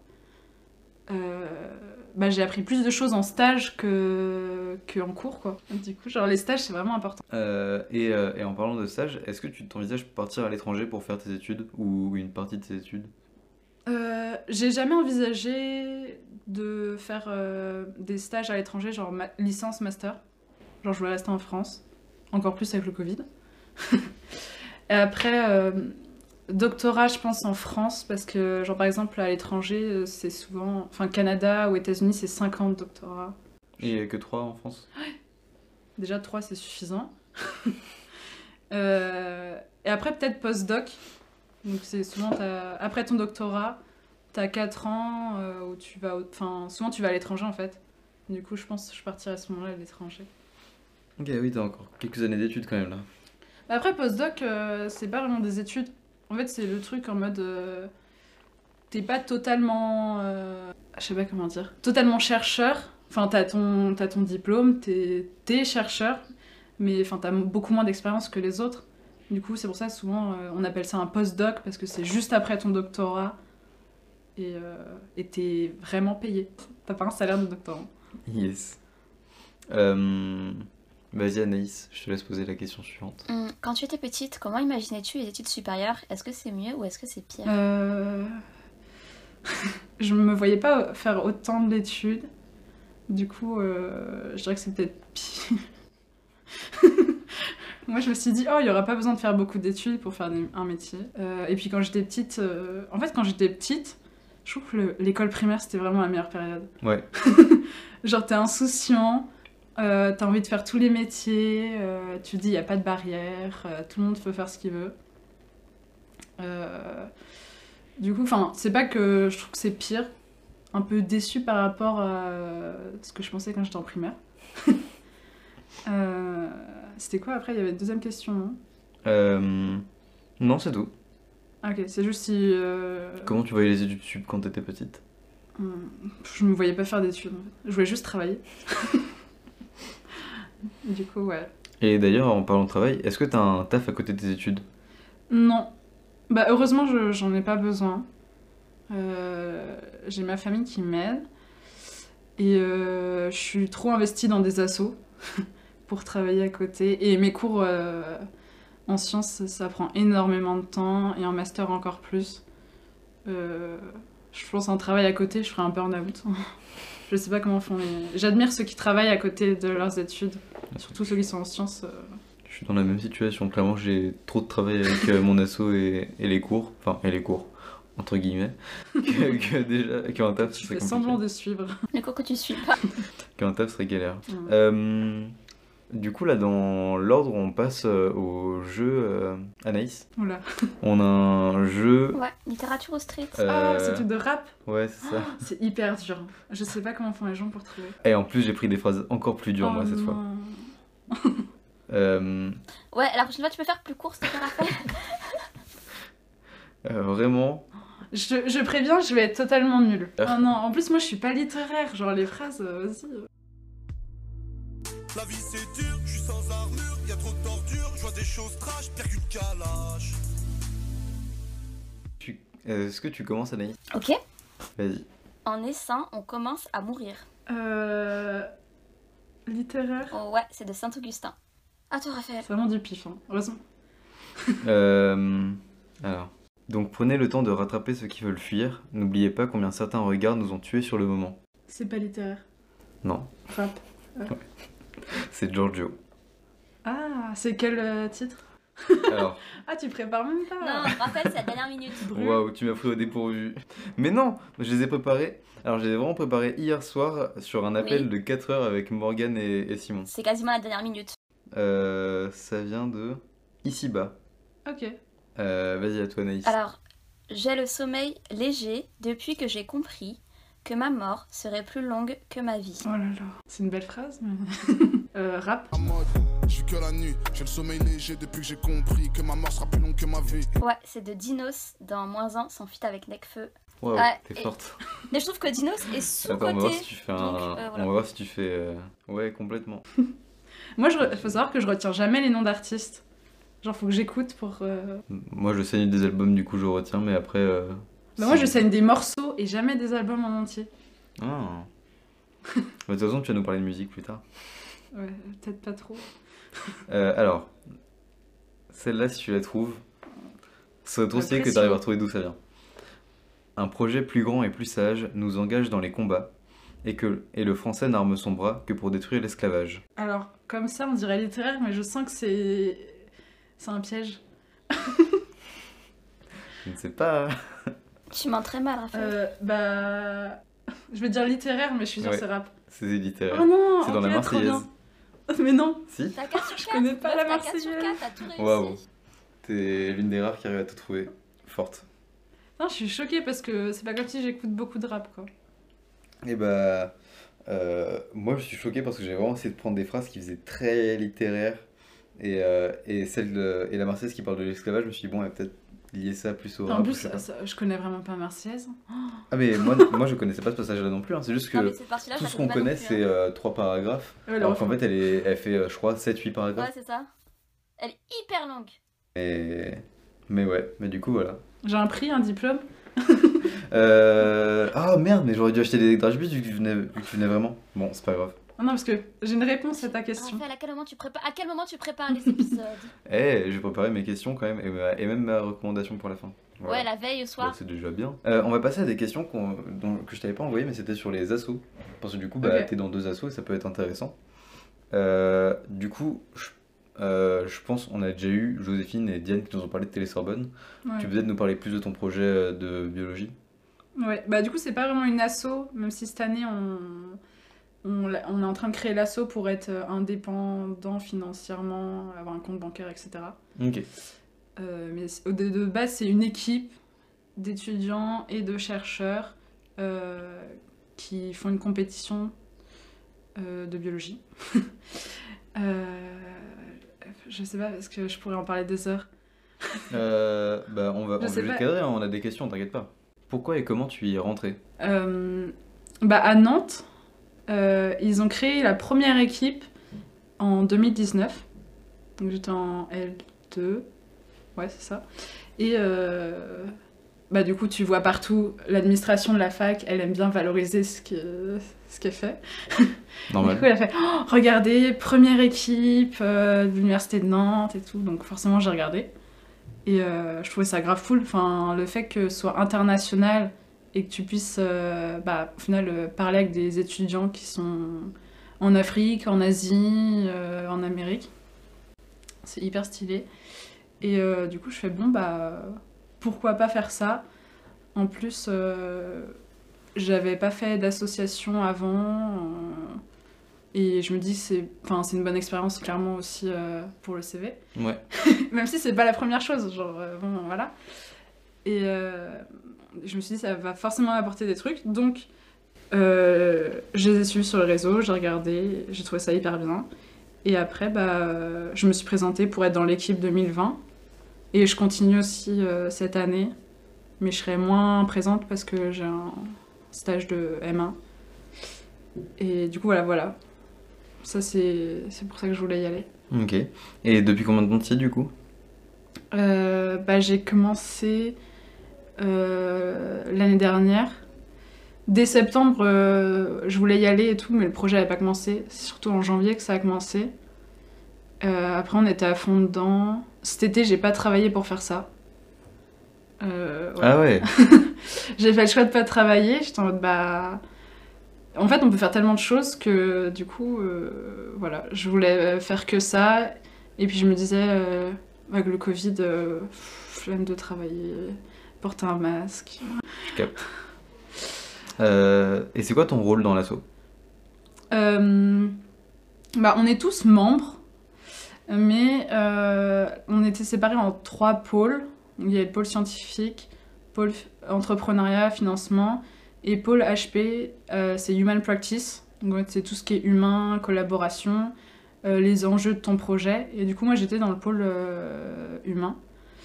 j'ai appris plus de choses en stage qu'en cours, quoi. Du coup, genre, les stages, c'est vraiment important. Et en parlant de stage, est-ce que tu t'envisages partir à l'étranger pour faire tes études ou une partie de tes études? J'ai jamais envisagé de faire des stages à l'étranger, genre licence, master. Genre, je voulais rester en France, encore plus avec le Covid. Et après, doctorat, je pense en France, parce que, genre, par exemple, à l'étranger, c'est souvent... Canada ou États-Unis, c'est 5 ans de doctorat. Et que 3 en France? Déjà, 3, c'est suffisant. Et après, peut-être postdoc. Donc, c'est souvent, après ton doctorat, t'as 4 ans où tu vas... souvent, tu vas à l'étranger, en fait. Du coup, je pense que je partirai à ce moment-là à l'étranger. Ok, oui, t'as encore quelques années d'études, quand même, là. Après, postdoc, c'est pas vraiment des études. En fait, c'est le truc en mode... t'es pas totalement... je sais pas comment dire. Totalement chercheur. T'as ton diplôme, t'es chercheur, mais t'as beaucoup moins d'expérience que les autres. Du coup, c'est pour ça, souvent, on appelle ça un postdoc, parce que c'est juste après ton doctorat, et t'es vraiment payé. T'as pas un salaire de doctorant. Yes. Vas-y Anaïs, je te laisse poser la question suivante. Quand tu étais petite, comment imaginais-tu les études supérieures? Est-ce que c'est mieux ou est-ce que c'est pire? Je me voyais pas faire autant d'études. Du coup, je dirais que c'est peut-être pire. Moi, je me suis dit, il y aura pas besoin de faire beaucoup d'études pour faire un métier. Et puis quand j'étais petite... En fait, quand j'étais petite, je trouve que l'école primaire, c'était vraiment la meilleure période. Ouais. Genre, t'es insouciant, t'as envie de faire tous les métiers, tu te dis, il n'y a pas de barrière, tout le monde peut faire ce qu'il veut. Du coup, c'est pas que je trouve que c'est pire, un peu déçue par rapport à ce que je pensais quand j'étais en primaire. C'était quoi après? Il y avait une deuxième question, non? Non, c'est tout. Ah, ok, c'est juste si... Comment tu voyais les études sup quand t'étais petite? Je me voyais pas faire d'études, en fait. Je voulais juste travailler. Du coup, ouais. Et d'ailleurs, en parlant de travail, est-ce que t'as un taf à côté de tes études? Non. Heureusement, j'en ai pas besoin. J'ai ma famille qui m'aide. Et je suis trop investie dans des assos pour travailler à côté. Et mes cours en sciences, ça prend énormément de temps. Et en master, encore plus. Je pense en travail à côté, je ferai un burn-out. Je sais pas comment font les... J'admire ceux qui travaillent à côté de leurs études. Surtout ceux qui sont en sciences. Je suis dans la même situation. Clairement, j'ai trop de travail avec mon asso et les cours. Enfin, et les cours, entre guillemets. Qu'un taf, Tu fais semblant de suivre. Les cours que tu suis pas. Qu'un taf serait galère. Du coup, là, dans l'ordre, on passe au jeu Anaïs. Oula. On a un jeu. Ouais, littérature au street. Ah, c'est tout de rap. Ouais, c'est ça. C'est hyper dur. Je sais pas comment font les gens pour trouver. Et en plus, j'ai pris des phrases encore plus dures, Oh moi, cette fois. non. Ouais, la prochaine fois, tu peux faire plus court, s'il te plaît, Raphaël. Vraiment. Je préviens, je vais être totalement nulle. Ah. Oh non, en plus moi je suis pas littéraire, genre les phrases, vas-y. La vie c'est dur, je suis sans armure, y a trop de torture, je vois des choses trash, pire qu'une calache. Est-ce que tu commences, Anaïs? Ok. Vas-y. En naissant, on commence à mourir. Littéraire. Oh, ouais, c'est de Saint-Augustin. À toi, Raphaël. C'est vraiment du pif, hein. Heureusement. Alors. Donc prenez le temps de rattraper ceux qui veulent fuir. N'oubliez pas combien certains regards nous ont tués sur le moment. C'est pas littéraire. Non, Rap. c'est Giorgio. Ah, c'est quel titre? Alors, Ah, tu prépares même pas. Non, Raphaël, c'est la dernière minute. Brûle. waouh, tu m'as pris au dépourvu. Mais non, je les ai préparés. Alors, je les ai vraiment préparés hier soir sur un appel Oui. de 4 heures avec Morgane et Simon. C'est quasiment la dernière minute. Ça vient de Ici-bas. Ok. Vas-y, à toi, Anaïs. Alors, j'ai le sommeil léger depuis que j'ai compris que ma mort serait plus longue que ma vie. Oh là là. C'est une belle phrase, mais. Rap. En mode, je vis que la nuit, j'ai le sommeil léger depuis que j'ai compris que ma mort sera plus longue que ma vie. Ouais, c'est de Dinos dans -1, son feat avec Nekfeu. Waouh, Ouais, t'es et- forte. Mais je trouve que Dinos est Attends, on va voir si sous-côté. tu fais Donc, un. voilà. On va voir si tu fais. Ouais, complètement. Moi, faut savoir que je retiens jamais les noms d'artistes. Genre, faut que j'écoute pour. Moi, je saigne des albums, du coup, je retiens, mais après. Bah, moi, si- je saigne des morceaux et jamais des albums en entier. Ah. Bah, de toute façon, tu vas nous parler de musique plus tard. Ouais, peut-être pas trop. Alors, celle-là, si tu la trouves, ce serait trop La stylé que pression. tu arrives à retrouver d'où ça vient. Un projet plus grand et plus sage nous engage dans les combats, et le français n'arme son bras que pour détruire l'esclavage. Alors, comme ça, on dirait littéraire, mais je sens que c'est. C'est un piège. Je ne sais pas. Tu mens très mal, Raphaël. Bah. Je vais dire littéraire, mais je suis sûre Ouais. que c'est rap. C'est littéraire. Oh non! C'est dans la ok, trop Marseillaise. bien. Mais non! Si? T'as 4 sur 4. connais pas la T'as 4 sur Marseillaise. 4, t'as tout réussi. Waouh. T'es l'une des rares qui arrive à tout trouver. Forte. Non, je suis choquée parce que c'est pas comme si j'écoute beaucoup de rap, quoi. Et bah. Moi, je suis choqué parce que j'ai vraiment essayé de prendre des phrases qui faisaient très littéraires. Et la Marseillaise qui parle de l'esclavage, je me suis dit, bon, elle va peut-être lier ça plus au En rap. plus, je sais pas. je connais vraiment pas Marseillaise. Ah, mais moi, je connaissais pas ce passage-là non plus. Hein. C'est juste que Non, mais cette partie-là, je tout la ce qu'on connais pas connaît, non plus, hein. c'est 3 paragraphes. Ouais, Alors qu'en fait, elle fait, je crois, 7-8 Ouais, paragraphes. c'est ça. Elle est hyper longue. Mais ouais, mais du coup, voilà. J'ai un prix, un diplôme. Ah merde, mais j'aurais dû acheter des Drage Bus vu que tu venais vraiment. Bon, c'est pas grave. Ah non, parce que j'ai une réponse à ta question. Raphaël, à quel moment tu prépares les épisodes? J'ai préparé mes questions quand même et même ma recommandation pour la fin. Voilà. Ouais, la veille au soir. Bah, c'est déjà bien. On va passer à des questions que je t'avais pas envoyées, mais c'était sur les assos. Parce que du coup, bah, Ok. t'es dans 2 assos et ça peut être intéressant. Du coup, je pense on a déjà eu Joséphine et Diane qui nous ont parlé de Télé-Sorbonne. Ouais. Tu peux peut-être nous parler plus de ton projet de biologie? Ouais, bah du coup, c'est pas vraiment une asso, même si cette année, on est en train de créer l'asso pour être indépendant financièrement, avoir un compte bancaire, etc. Ok. Mais de base, c'est une équipe d'étudiants et de chercheurs qui font une compétition de biologie. Je sais pas, parce que je pourrais en parler des heures. Bah, on va Je sais juste pas. cadrer, hein, on a des questions, t'inquiète pas. Pourquoi et comment tu y es rentré? Bah, à Nantes, ils ont créé la première équipe en 2019. Donc j'étais en L2. Ouais, c'est ça. Et bah, du coup, tu vois partout, l'administration de la fac, elle aime bien valoriser ce qu'elle fait. Du Normal. coup, elle a fait oh, regardez, première équipe de l'université de Nantes et tout. Donc forcément, j'ai regardé. Et je trouvais ça grave cool. Enfin, le fait que ce soit international et que tu puisses bah, au final parler avec des étudiants qui sont en Afrique, en Asie, en Amérique. C'est hyper stylé. Et du coup, je fais bon, bah pourquoi pas faire ça? En plus, j'avais pas fait d'association avant. Et je me dis c'est une bonne expérience clairement aussi pour le CV. Ouais. Même si c'est pas la première chose, genre bon voilà. Et je me suis dit ça va forcément apporter des trucs, donc je les ai suivis sur les réseaux, j'ai regardé, j'ai trouvé ça hyper bien. Et après je me suis présentée pour être dans l'équipe 2020 et je continue aussi cette année, mais je serai moins présente parce que j'ai un stage de M1. Et du coup voilà. Ça c'est pour ça que je voulais y aller. Ok. Et depuis combien de temps tu y es du coup? J'ai commencé l'année dernière. Dès septembre, je voulais y aller et tout, mais le projet n'avait pas commencé. C'est surtout en janvier que ça a commencé. Après, on était à fond dedans. Cet été, j'ai pas travaillé pour faire ça. Ouais. Ah ouais. J'ai fait le choix de pas travailler. J'étais en mode en fait, on peut faire tellement de choses que du coup, voilà, je voulais faire que ça. Et puis je me disais, avec le Covid, flemme de travailler, porter un masque. Je capte. Et c'est quoi ton rôle dans l'asso? On est tous membres, mais on était séparés en 3 pôles. Il y a le pôle scientifique, pôle entrepreneuriat, financement, et pôle HP, c'est Human Practice. Donc c'est tout ce qui est humain, collaboration, les enjeux de ton projet. Et du coup, moi, j'étais dans le pôle humain.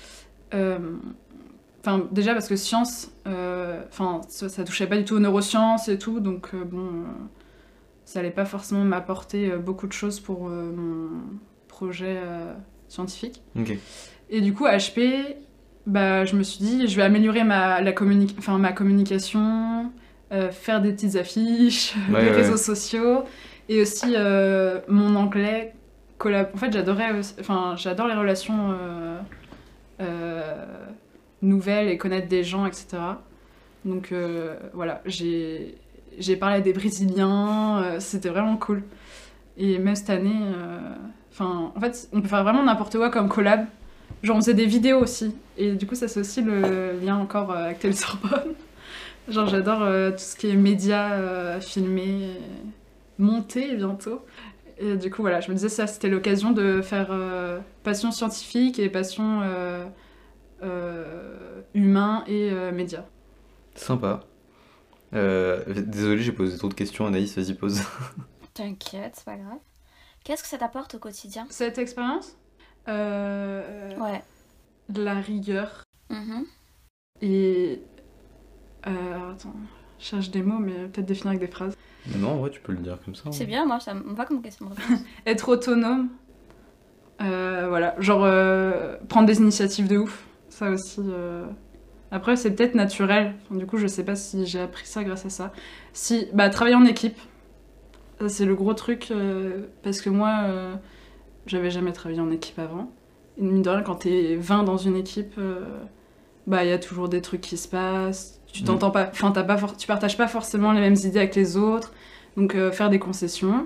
Déjà parce que science, ça touchait pas du tout aux neurosciences et tout, donc ça allait pas forcément m'apporter beaucoup de choses pour mon projet scientifique. Ok. Et du coup, HP, je me suis dit, je vais améliorer ma communication, faire des petites affiches, des réseaux sociaux, et aussi mon anglais. En fait, j'adore les relations nouvelles et connaître des gens, etc. Donc voilà, j'ai parlé à des Brésiliens, c'était vraiment cool. Et même cette année, en fait, on peut faire vraiment n'importe quoi comme collab. Genre, on faisait des vidéos aussi. Et du coup, ça, c'est aussi le lien encore avec Télé-Sorbonne. Genre, j'adore tout ce qui est médias, filmés, montés bientôt. Et du coup, voilà, je me disais ça, c'était l'occasion de faire passion scientifique et passion humain et médias. Sympa. Désolé, j'ai posé trop de questions. Anaïs, vas-y, pose. T'inquiète, c'est pas grave. Qu'est-ce que ça t'apporte au quotidien? Cette expérience Ouais. de la rigueur. Mhm. Et... attends, je cherche des mots, mais peut-être définir avec des phrases. Non, en vrai, tu peux le dire comme ça. C'est bien, moi, ça me va comme question de réponse. Être autonome. Voilà, genre prendre des initiatives de ouf. Ça aussi... Après, c'est peut-être naturel. Du coup, je sais pas si j'ai appris ça grâce à ça. Travailler en équipe. Ça, c'est le gros truc. Parce que moi, j'avais jamais travaillé en équipe avant. Et mine de rien, quand t'es 20 dans une équipe, y a toujours des trucs qui se passent. Tu t'entends pas... Enfin, tu partages pas forcément les mêmes idées avec les autres. Donc, faire des concessions.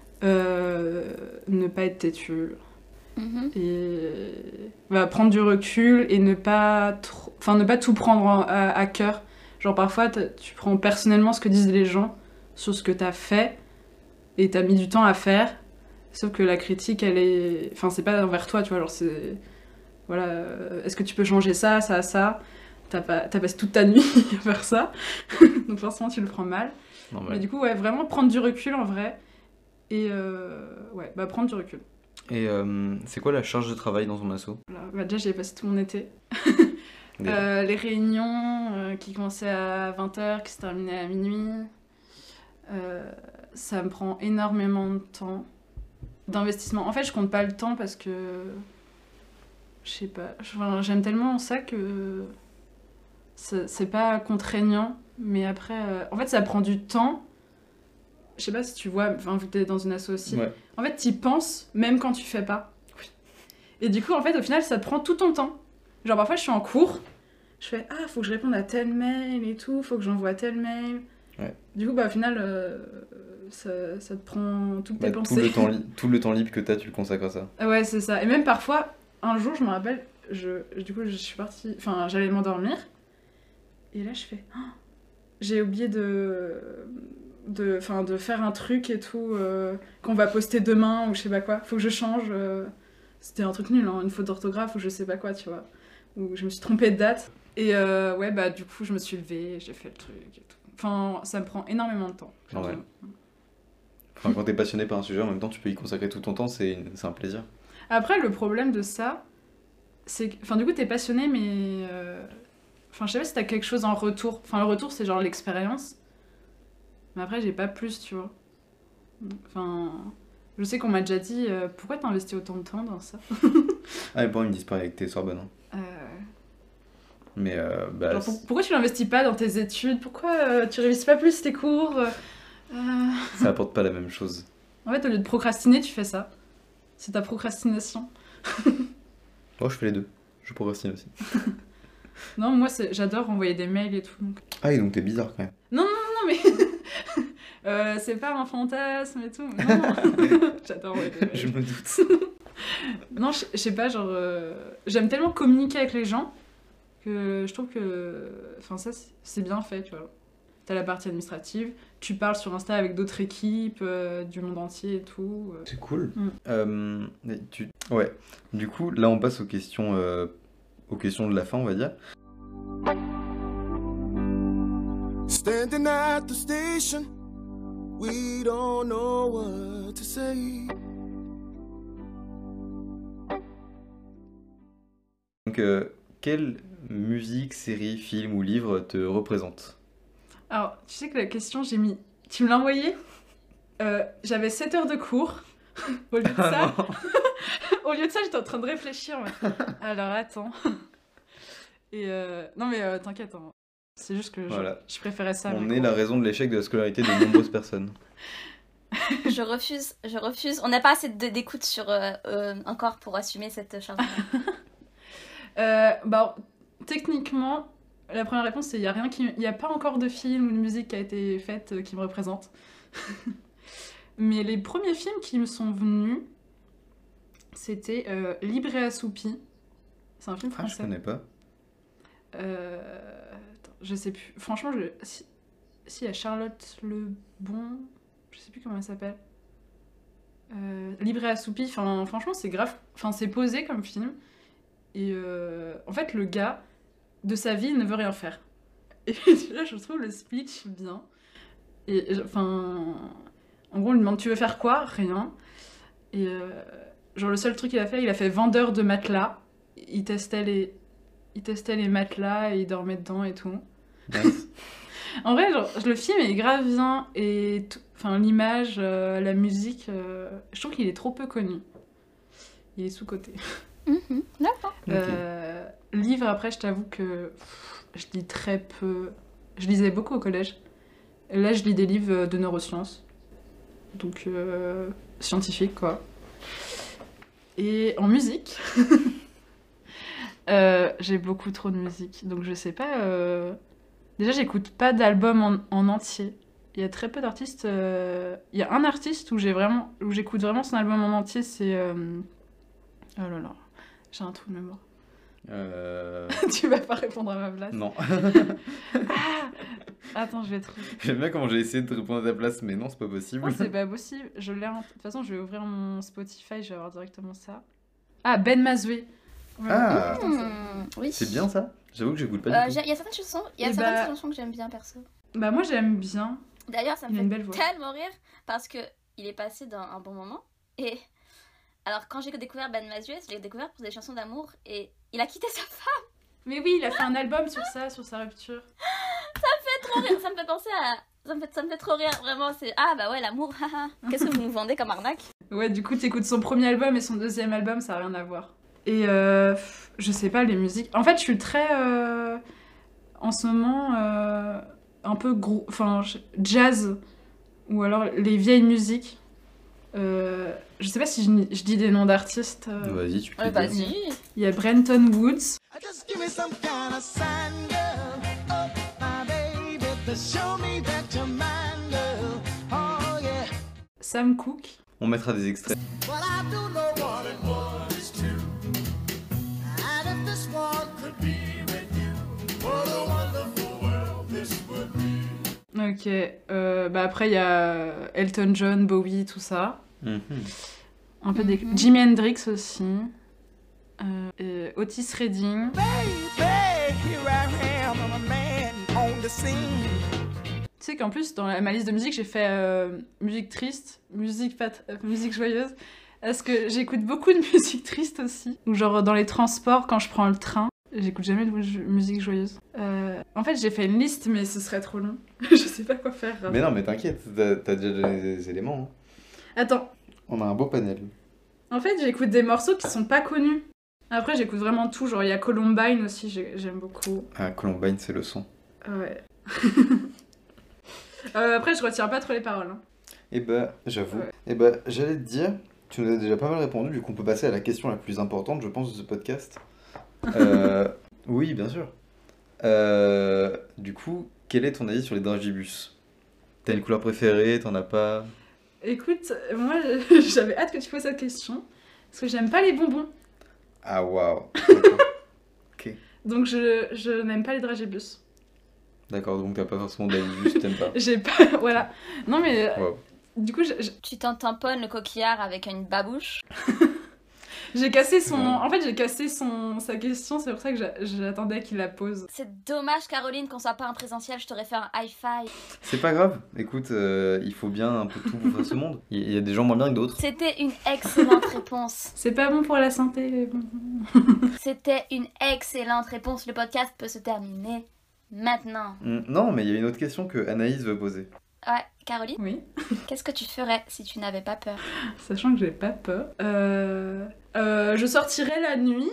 Ne pas être têtu. Et prendre du recul et ne pas tout prendre à cœur. Genre parfois tu prends personnellement ce que disent les gens sur ce que t'as fait et t'as mis du temps à faire, sauf que la critique elle est... c'est pas envers toi, tu vois, genre c'est... Voilà, est-ce que tu peux changer ça, t'as passé toute ta nuit à faire ça, donc forcément tu le prends mal. Normal. Mais du coup vraiment prendre du recul en vrai et prendre du recul. Et c'est quoi la charge de travail dans ton asso? Voilà. Déjà, j'y ai passé tout mon été. Les réunions qui commençaient à 20h, qui se terminaient à minuit. Ça me prend énormément de temps d'investissement. En fait, je compte pas le temps parce que... Je sais pas. J'aime tellement ça que... C'est pas contraignant. Mais après... En fait, ça prend du temps. Je sais pas si tu vois, vu que t'es dans une asso aussi. Ouais. En fait, t'y penses même quand tu fais pas. Oui. Et du coup, en fait, au final, ça te prend tout ton temps. Genre, parfois, je suis en cours, je fais « Ah, faut que je réponde à tel mail et tout, faut que j'envoie tel mail. » Ouais. Du coup, au final, ça te prend toutes tes pensées. Tout le temps libre que t'as, tu le consacres à ça. Ouais, c'est ça. Et même parfois, un jour, je me rappelle, du coup, je suis partie... j'allais m'endormir. Et là, je fais... Oh, j'ai oublié de de faire un truc et tout, qu'on va poster demain ou je sais pas quoi. Faut que je change. C'était un truc nul, hein, une faute d'orthographe ou je sais pas quoi, tu vois. Ou je me suis trompée de date. Et ouais, bah du coup, je me suis levée, j'ai fait le truc et tout. Enfin, ça me prend énormément de temps. Ouais. Enfin, quand t'es passionné par un sujet, en même temps, tu peux y consacrer tout ton temps, c'est un plaisir. Après, le problème de ça, c'est que... Enfin, du coup, t'es passionné, mais... Enfin, je sais pas si t'as quelque chose en retour. Enfin, le retour, c'est genre l'expérience. Mais après, j'ai pas plus, tu vois. Enfin... Je sais qu'on m'a déjà dit pourquoi t'as investi autant de temps dans ça. Ah, mais bon, ils me disent pas avec tes Sorbonne. Hein. Mais bah. Genre, pourquoi tu l'investis pas dans tes études? Pourquoi tu révises pas plus tes cours? Ça apporte pas la même chose. En fait, au lieu de procrastiner, tu fais ça. C'est ta procrastination. Oh, je fais les deux. Je procrastine aussi. Non, moi, j'adore envoyer des mails et tout. Donc... Ah, et donc t'es bizarre quand même. Non, mais. C'est pas un fantasme et tout. Non, j'adore envoyer des mails. Je me doute. Non, je sais pas, genre. J'aime tellement communiquer avec les gens que je trouve que. Enfin, ça, c'est bien fait, tu vois. T'as la partie administrative, tu parles sur Insta avec d'autres équipes du monde entier et tout. C'est cool. Ouais. Du coup, là, on passe aux questions de la fin, on va dire. Standing at the station, we don't know what to say. Donc, quelle musique, série, film ou livre te représente? Alors, tu sais que la question, j'ai mis... Tu me l'as envoyée j'avais 7 heures de cours. Au lieu de ça... Au lieu de ça, j'étais en train de réfléchir. Mais... Alors, attends. Et non, mais t'inquiète. Hein. C'est juste que voilà. je préférais ça. On est la raison de l'échec de la scolarité de nombreuses personnes. Je refuse. On n'a pas assez d'écoute sur encore pour assumer cette charge. Bah, techniquement, la première réponse, c'est il n'y a pas encore de film ou de musique qui a été faite qui me représente. Mais les premiers films qui me sont venus, c'était Libre et Assoupi. C'est un film français. Ah, je connais pas. Attends, je sais plus. Franchement, si il y a Charlotte Lebon, je sais plus comment elle s'appelle. Libre et Assoupi, enfin, franchement, c'est grave. Enfin, c'est posé comme film. Et en fait, le gars, de sa vie, il ne veut rien faire. Et là, je trouve le speech bien. Et enfin, en gros, on lui demande tu veux faire quoi? Rien. Et genre, le seul truc qu'il a fait vendeur de matelas. Il testait les matelas et il dormait dedans et tout. Nice. En vrai, genre, le film est grave bien et enfin, l'image, la musique, je trouve qu'il est trop peu connu. Il est sous-coté. D'accord. Livre, après, je t'avoue que je lis très peu. Je lisais beaucoup au collège. Là, je lis des livres de neurosciences. Donc, scientifiques, quoi. Et en musique, j'ai beaucoup trop de musique. Donc, je sais pas... Déjà, j'écoute pas d'album en entier. Il y a très peu d'artistes. Il y a un artiste où j'écoute vraiment son album en entier, c'est... Oh là là, j'ai un trou de mémoire. Tu vas pas répondre à ma place? Non. Ah, attends, je vais trouver. J'aime bien comment j'ai essayé de te répondre à ta place, mais non, c'est pas possible. Non, c'est pas possible. De toute façon, je vais ouvrir mon Spotify, je vais avoir directement ça. Ah, Ben Mazoué. Ah, oui. c'est bien ça? J'avoue que j'écoute pas du tout. Il y a certaines chansons que j'aime bien perso. Bah moi j'aime bien. D'ailleurs, ça Il a me une fait belle voix. tellement rire parce que il est passé dans un bon moment. Et alors quand j'ai découvert Ben Mazoué, je l'ai découvert pour des chansons d'amour et il a quitté sa femme. Mais oui, il a fait un album sur ça, sur sa rupture. Ça me fait trop rire, ça me fait penser à... Ça me fait trop rire, vraiment, c'est... Ah bah ouais, l'amour, haha. Qu'est-ce que vous nous vendez comme arnaque? Ouais, du coup t'écoutes son premier album et son deuxième album, ça a rien à voir. Et je sais pas, les musiques... En fait, je suis très... en ce moment, un peu jazz, ou alors les vieilles musiques. Je sais pas si je dis des noms d'artistes. Vas-y, tu peux. Ouais, vas-y. Il y a Brenton Woods. Sam Cooke. On mettra des extraits. Ok. Bah après, il y a Elton John, Bowie, tout ça. Mhm. Un peu des... Jimi Hendrix aussi. Et Otis Redding. Tu sais qu'en plus, dans ma liste de musique, j'ai fait musique triste, musique joyeuse. Parce que j'écoute beaucoup de musique triste aussi. Ou genre dans les transports, quand je prends le train, j'écoute jamais de musique joyeuse. En fait, j'ai fait une liste, mais ce serait trop long. Je sais pas quoi faire. Mais non, mais t'inquiète, t'as déjà donné des éléments. Hein. Attends, On a un beau panel. en fait, j'écoute des morceaux qui sont pas connus. Après, j'écoute vraiment tout. Genre, il y a Columbine aussi, j'aime beaucoup. Ah, Columbine, c'est le son. Ouais. Après, je retiens pas trop les paroles. Hein. Eh bah, j'avoue. Ouais. Eh bah, j'allais te dire, tu nous as déjà pas mal répondu, du coup on peut passer à la question la plus importante, je pense, de ce podcast. Oui, bien sûr. Du coup, quel est ton avis sur les dragibus? T'as une couleur préférée, t'en as pas? Écoute, moi, j'avais hâte que tu poses cette question. Parce que j'aime pas les bonbons. Ah, waouh. D'accord. Ok. Donc, je n'aime pas les dragibus. D'accord, donc t'as pas forcément d'avis, juste t'aimes pas. J'ai pas... Voilà. Non, mais... Wow. Du coup, Tu t'en tamponnes le coquillard avec une babouche. j'ai cassé son... Ouais. En fait, j'ai cassé sa question, c'est pour ça que j'attendais qu'il la pose. C'est dommage, Caroline, qu'on soit pas en présentiel, je t'aurais fait un high five. C'est pas grave, écoute, il faut bien un peu tout pour faire ce monde. Il y a des gens moins bien que d'autres. C'était une excellente réponse. C'est pas bon pour la santé, les bonbons. C'était une excellente réponse. Le podcast peut se terminer maintenant. Non, mais il y a une autre question que Anaïs veut poser. Ouais, Caroline, Oui. qu'est-ce que tu ferais si tu n'avais pas peur? Sachant que j'ai pas peur. Je sortirais la nuit.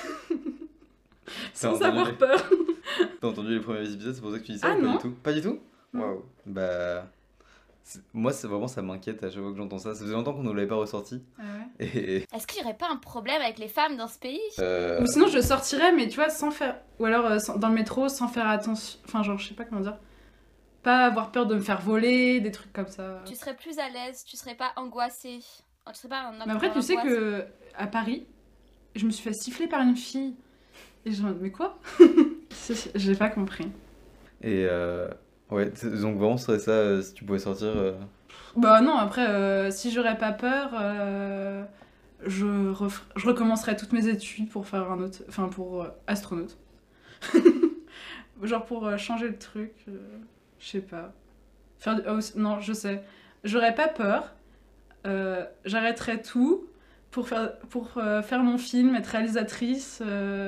Sans entendu avoir les- peur. T'as entendu les premiers épisodes, c'est pour ça que tu dis ça Ah, ou pas non. du tout? Pas du tout? Non. Waouh. Bah. Moi, c'est vraiment, ça m'inquiète à chaque fois que j'entends ça. Ça faisait longtemps qu'on ne l'avait pas ressorti. Ah ouais. Et. Est-ce qu'il n'y aurait pas un problème avec les femmes dans ce pays? Ou sinon je sortirais, mais tu vois, sans faire... Ou alors dans le métro, sans faire attention... Enfin, genre, je sais pas comment dire. Pas avoir peur de me faire voler, des trucs comme ça. Tu serais plus à l'aise, tu serais pas angoissée. Oh, tu serais pas un homme Mais après, tu sais angoisse. que à Paris, je me suis fait siffler par une fille. Et je me dis, mais quoi? J'ai pas compris. Et. Ouais, donc vraiment, ce serait ça si tu pouvais sortir. Bah non, après, si j'aurais pas peur, je recommencerais toutes mes études pour faire un autre... Enfin, pour astronaute. Genre pour changer le truc, je sais pas. Non, je sais. J'aurais pas peur, j'arrêterais tout pour faire mon film, être réalisatrice.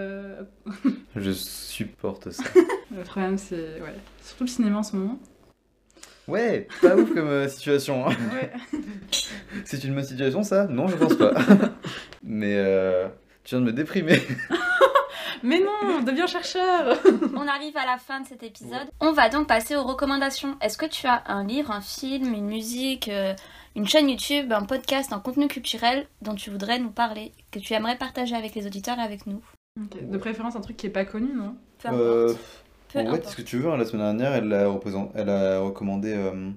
Je supporte ça. Le problème, c'est... Ouais. Surtout le cinéma en ce moment. Ouais, pas ouf comme situation. Hein. Ouais. C'est une bonne situation, ça? Non, je pense pas. Mais tu viens de me déprimer. Mais non, deviens chercheur. On arrive à la fin de cet épisode. On va donc passer aux recommandations. Est-ce que tu as un livre, un film, une musique, une chaîne YouTube, un podcast, un contenu culturel dont tu voudrais nous parler, que tu aimerais partager avec les auditeurs et avec nous? Ok. De préférence, un truc qui est pas connu, non? Peu importe. Peu En vrai, importe. ce que tu veux, hein, la semaine dernière, elle a recommandé.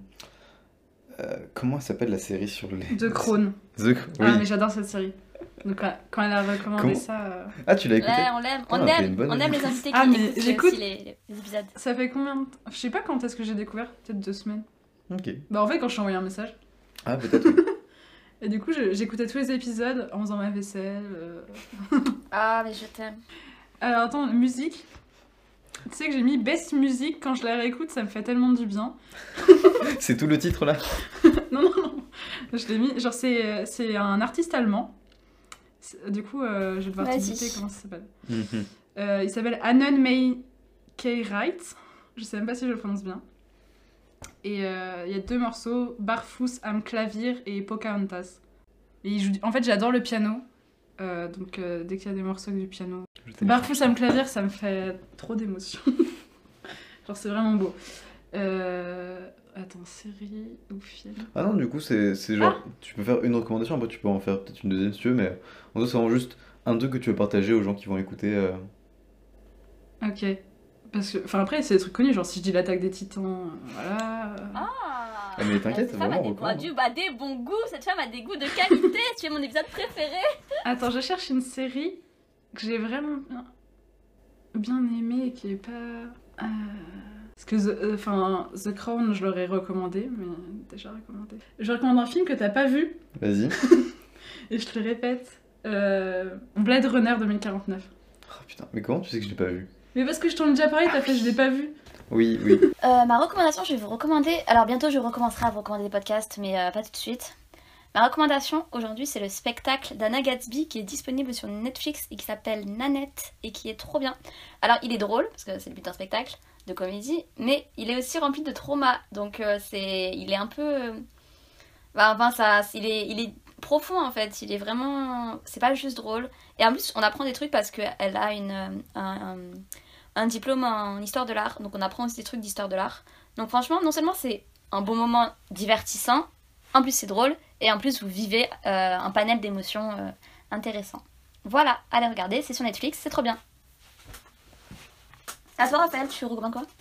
Comment elle s'appelle la série sur les. De Crohn. Oui. Ah, mais j'adore cette série. Donc, quand elle a recommandé Comment ça... Ah, tu l'as écouté? Ouais, on l'aime, Ah, t'es une bonne on aime les invités qui Ah, mais écoutent j'écoute. aussi les épisodes. Ça fait combien de temps? Je sais pas quand est-ce que j'ai découvert, peut-être 2 semaines. Ok. Bah en fait quand je t'ai envoyé un message. Ah, peut-être. Oui. Et du coup j'écoutais tous les épisodes en faisant ma vaisselle. Ah, mais je t'aime. Alors attends, musique. Tu sais que j'ai mis Best Music, quand je la réécoute ça me fait tellement du bien. C'est tout le titre là? Non, non, non. Je l'ai mis, genre c'est un artiste allemand. Du coup je vais devoir Vas-y. t'inviter comment ça s'appelle. Mhm. Il s'appelle Annen May Wright. Je sais même pas si je le prononce bien. Et il y a 2 morceaux, Barfuß am Klavier et Pocahontas. Et il joue... En fait, j'adore le piano. Donc dès qu'il y a des morceaux avec du piano. Barfuß am Klavier, ça me fait trop d'émotion. Genre, c'est vraiment beau. Attends, série ou film? Ah non, du coup, c'est genre. Tu peux faire une recommandation, après tu peux en faire peut-être une deuxième si tu veux, mais en gros, c'est vraiment juste un truc que tu veux partager aux gens qui vont écouter. Ok. Parce que, enfin après, c'est des trucs connus, genre si je dis l'attaque des titans, voilà. Ah, mais t'inquiète, cette femme a vraiment, des, recommande. des bons goûts, cette femme a des goûts de qualité. Tu es mon épisode préféré. Attends, je cherche une série que j'ai vraiment bien. bien aimé et qui est pas... Parce que The Crown, je l'aurais recommandé, mais déjà recommandé. Je recommande un film que t'as pas vu, Vas-y. et je te le répète. Blade Runner 2049. Oh putain, mais comment tu sais que je l'ai pas vu? Mais parce que je t'en ai déjà parlé, t'as fait je l'ai pas vu. Oui, oui. Ma recommandation, je vais vous recommander. Alors bientôt, je recommencerai à vous recommander des podcasts, mais pas tout de suite. Ma recommandation aujourd'hui, c'est le spectacle d'Anna Gatsby qui est disponible sur Netflix et qui s'appelle Nanette et qui est trop bien. Alors, il est drôle parce que c'est le but d'un spectacle de comédie, mais il est aussi rempli de trauma. Donc, il est un peu. Il est profond en fait. Il est vraiment. C'est pas juste drôle. Et en plus, on apprend des trucs parce qu'elle a un diplôme en histoire de l'art. Donc, on apprend aussi des trucs d'histoire de l'art. Donc, franchement, non seulement c'est un bon moment divertissant, en plus c'est drôle, et en plus vous vivez un panel d'émotions intéressant. Voilà, allez regarder, c'est sur Netflix, c'est trop bien. À toi Raphaël, tu recommandes quoi?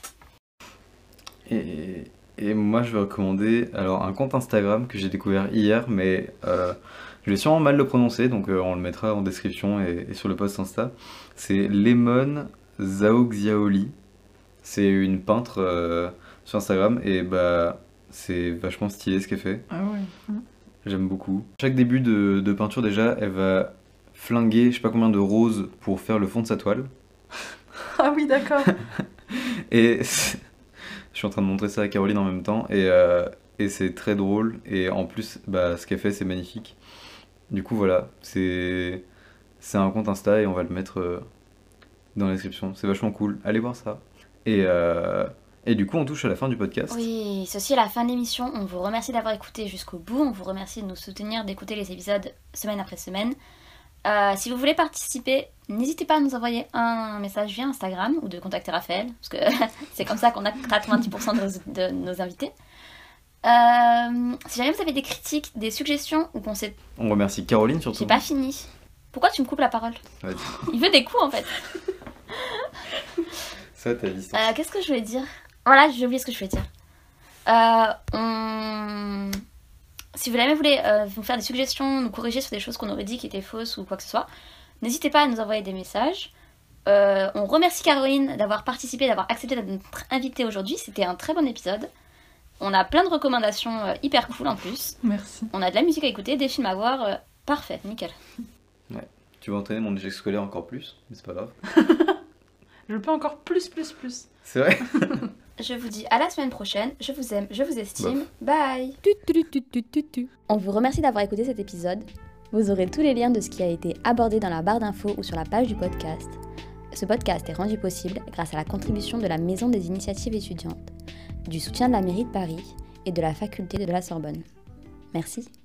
Et moi, je vais recommander alors, un compte Instagram que j'ai découvert hier, mais je vais sûrement mal le prononcer, donc on le mettra en description et sur le post Insta. C'est Lemon Zaoxiaoli. C'est une peintre sur Instagram, et bah c'est vachement stylé ce qu'elle fait. Ah ouais. J'aime beaucoup. Chaque début de peinture, déjà, elle va flinguer je sais pas combien de roses pour faire le fond de sa toile. Ah oui, d'accord. Et je suis en train de montrer ça à Caroline en même temps. Et c'est très drôle. Et en plus, bah, ce qu'elle fait, c'est magnifique. Du coup, voilà. C'est un compte Insta et on va le mettre dans la description. C'est vachement cool. Allez voir ça. Et du coup, on touche à la fin du podcast. Oui, ceci est la fin de l'émission. On vous remercie d'avoir écouté jusqu'au bout. On vous remercie de nous soutenir, d'écouter les épisodes semaine après semaine. Si vous voulez participer, n'hésitez pas à nous envoyer un message via Instagram ou de contacter Raphaël, parce que c'est comme ça qu'on a 90% de nos invités. Si jamais vous avez des critiques, des suggestions ou qu'on sait... On remercie Caroline surtout. J'ai pas fini. Pourquoi tu me coupes la parole? Ouais. Il veut des coups en fait. Ça, t'as dit ça. Qu'est-ce que je voulais dire? Voilà, j'ai oublié ce que je voulais dire. Si vous jamais voulez vous faire des suggestions, nous corriger sur des choses qu'on aurait dit qui étaient fausses ou quoi que ce soit, n'hésitez pas à nous envoyer des messages. On remercie Caroline d'avoir participé, d'avoir accepté d'être notre invitée aujourd'hui. C'était un très bon épisode. On a plein de recommandations hyper cool en plus. Merci. On a de la musique à écouter, des films à voir. Parfait, nickel. Ouais. Tu vas entraîner mon échec scolaire encore plus, mais c'est pas grave. Je peux encore plus. C'est vrai. Je vous dis à la semaine prochaine. Je vous aime, je vous estime. Bye. On vous remercie d'avoir écouté cet épisode. Vous aurez tous les liens de ce qui a été abordé dans la barre d'infos ou sur la page du podcast. Ce podcast est rendu possible grâce à la contribution de la Maison des Initiatives Étudiantes, du soutien de la mairie de Paris et de la faculté de la Sorbonne. Merci.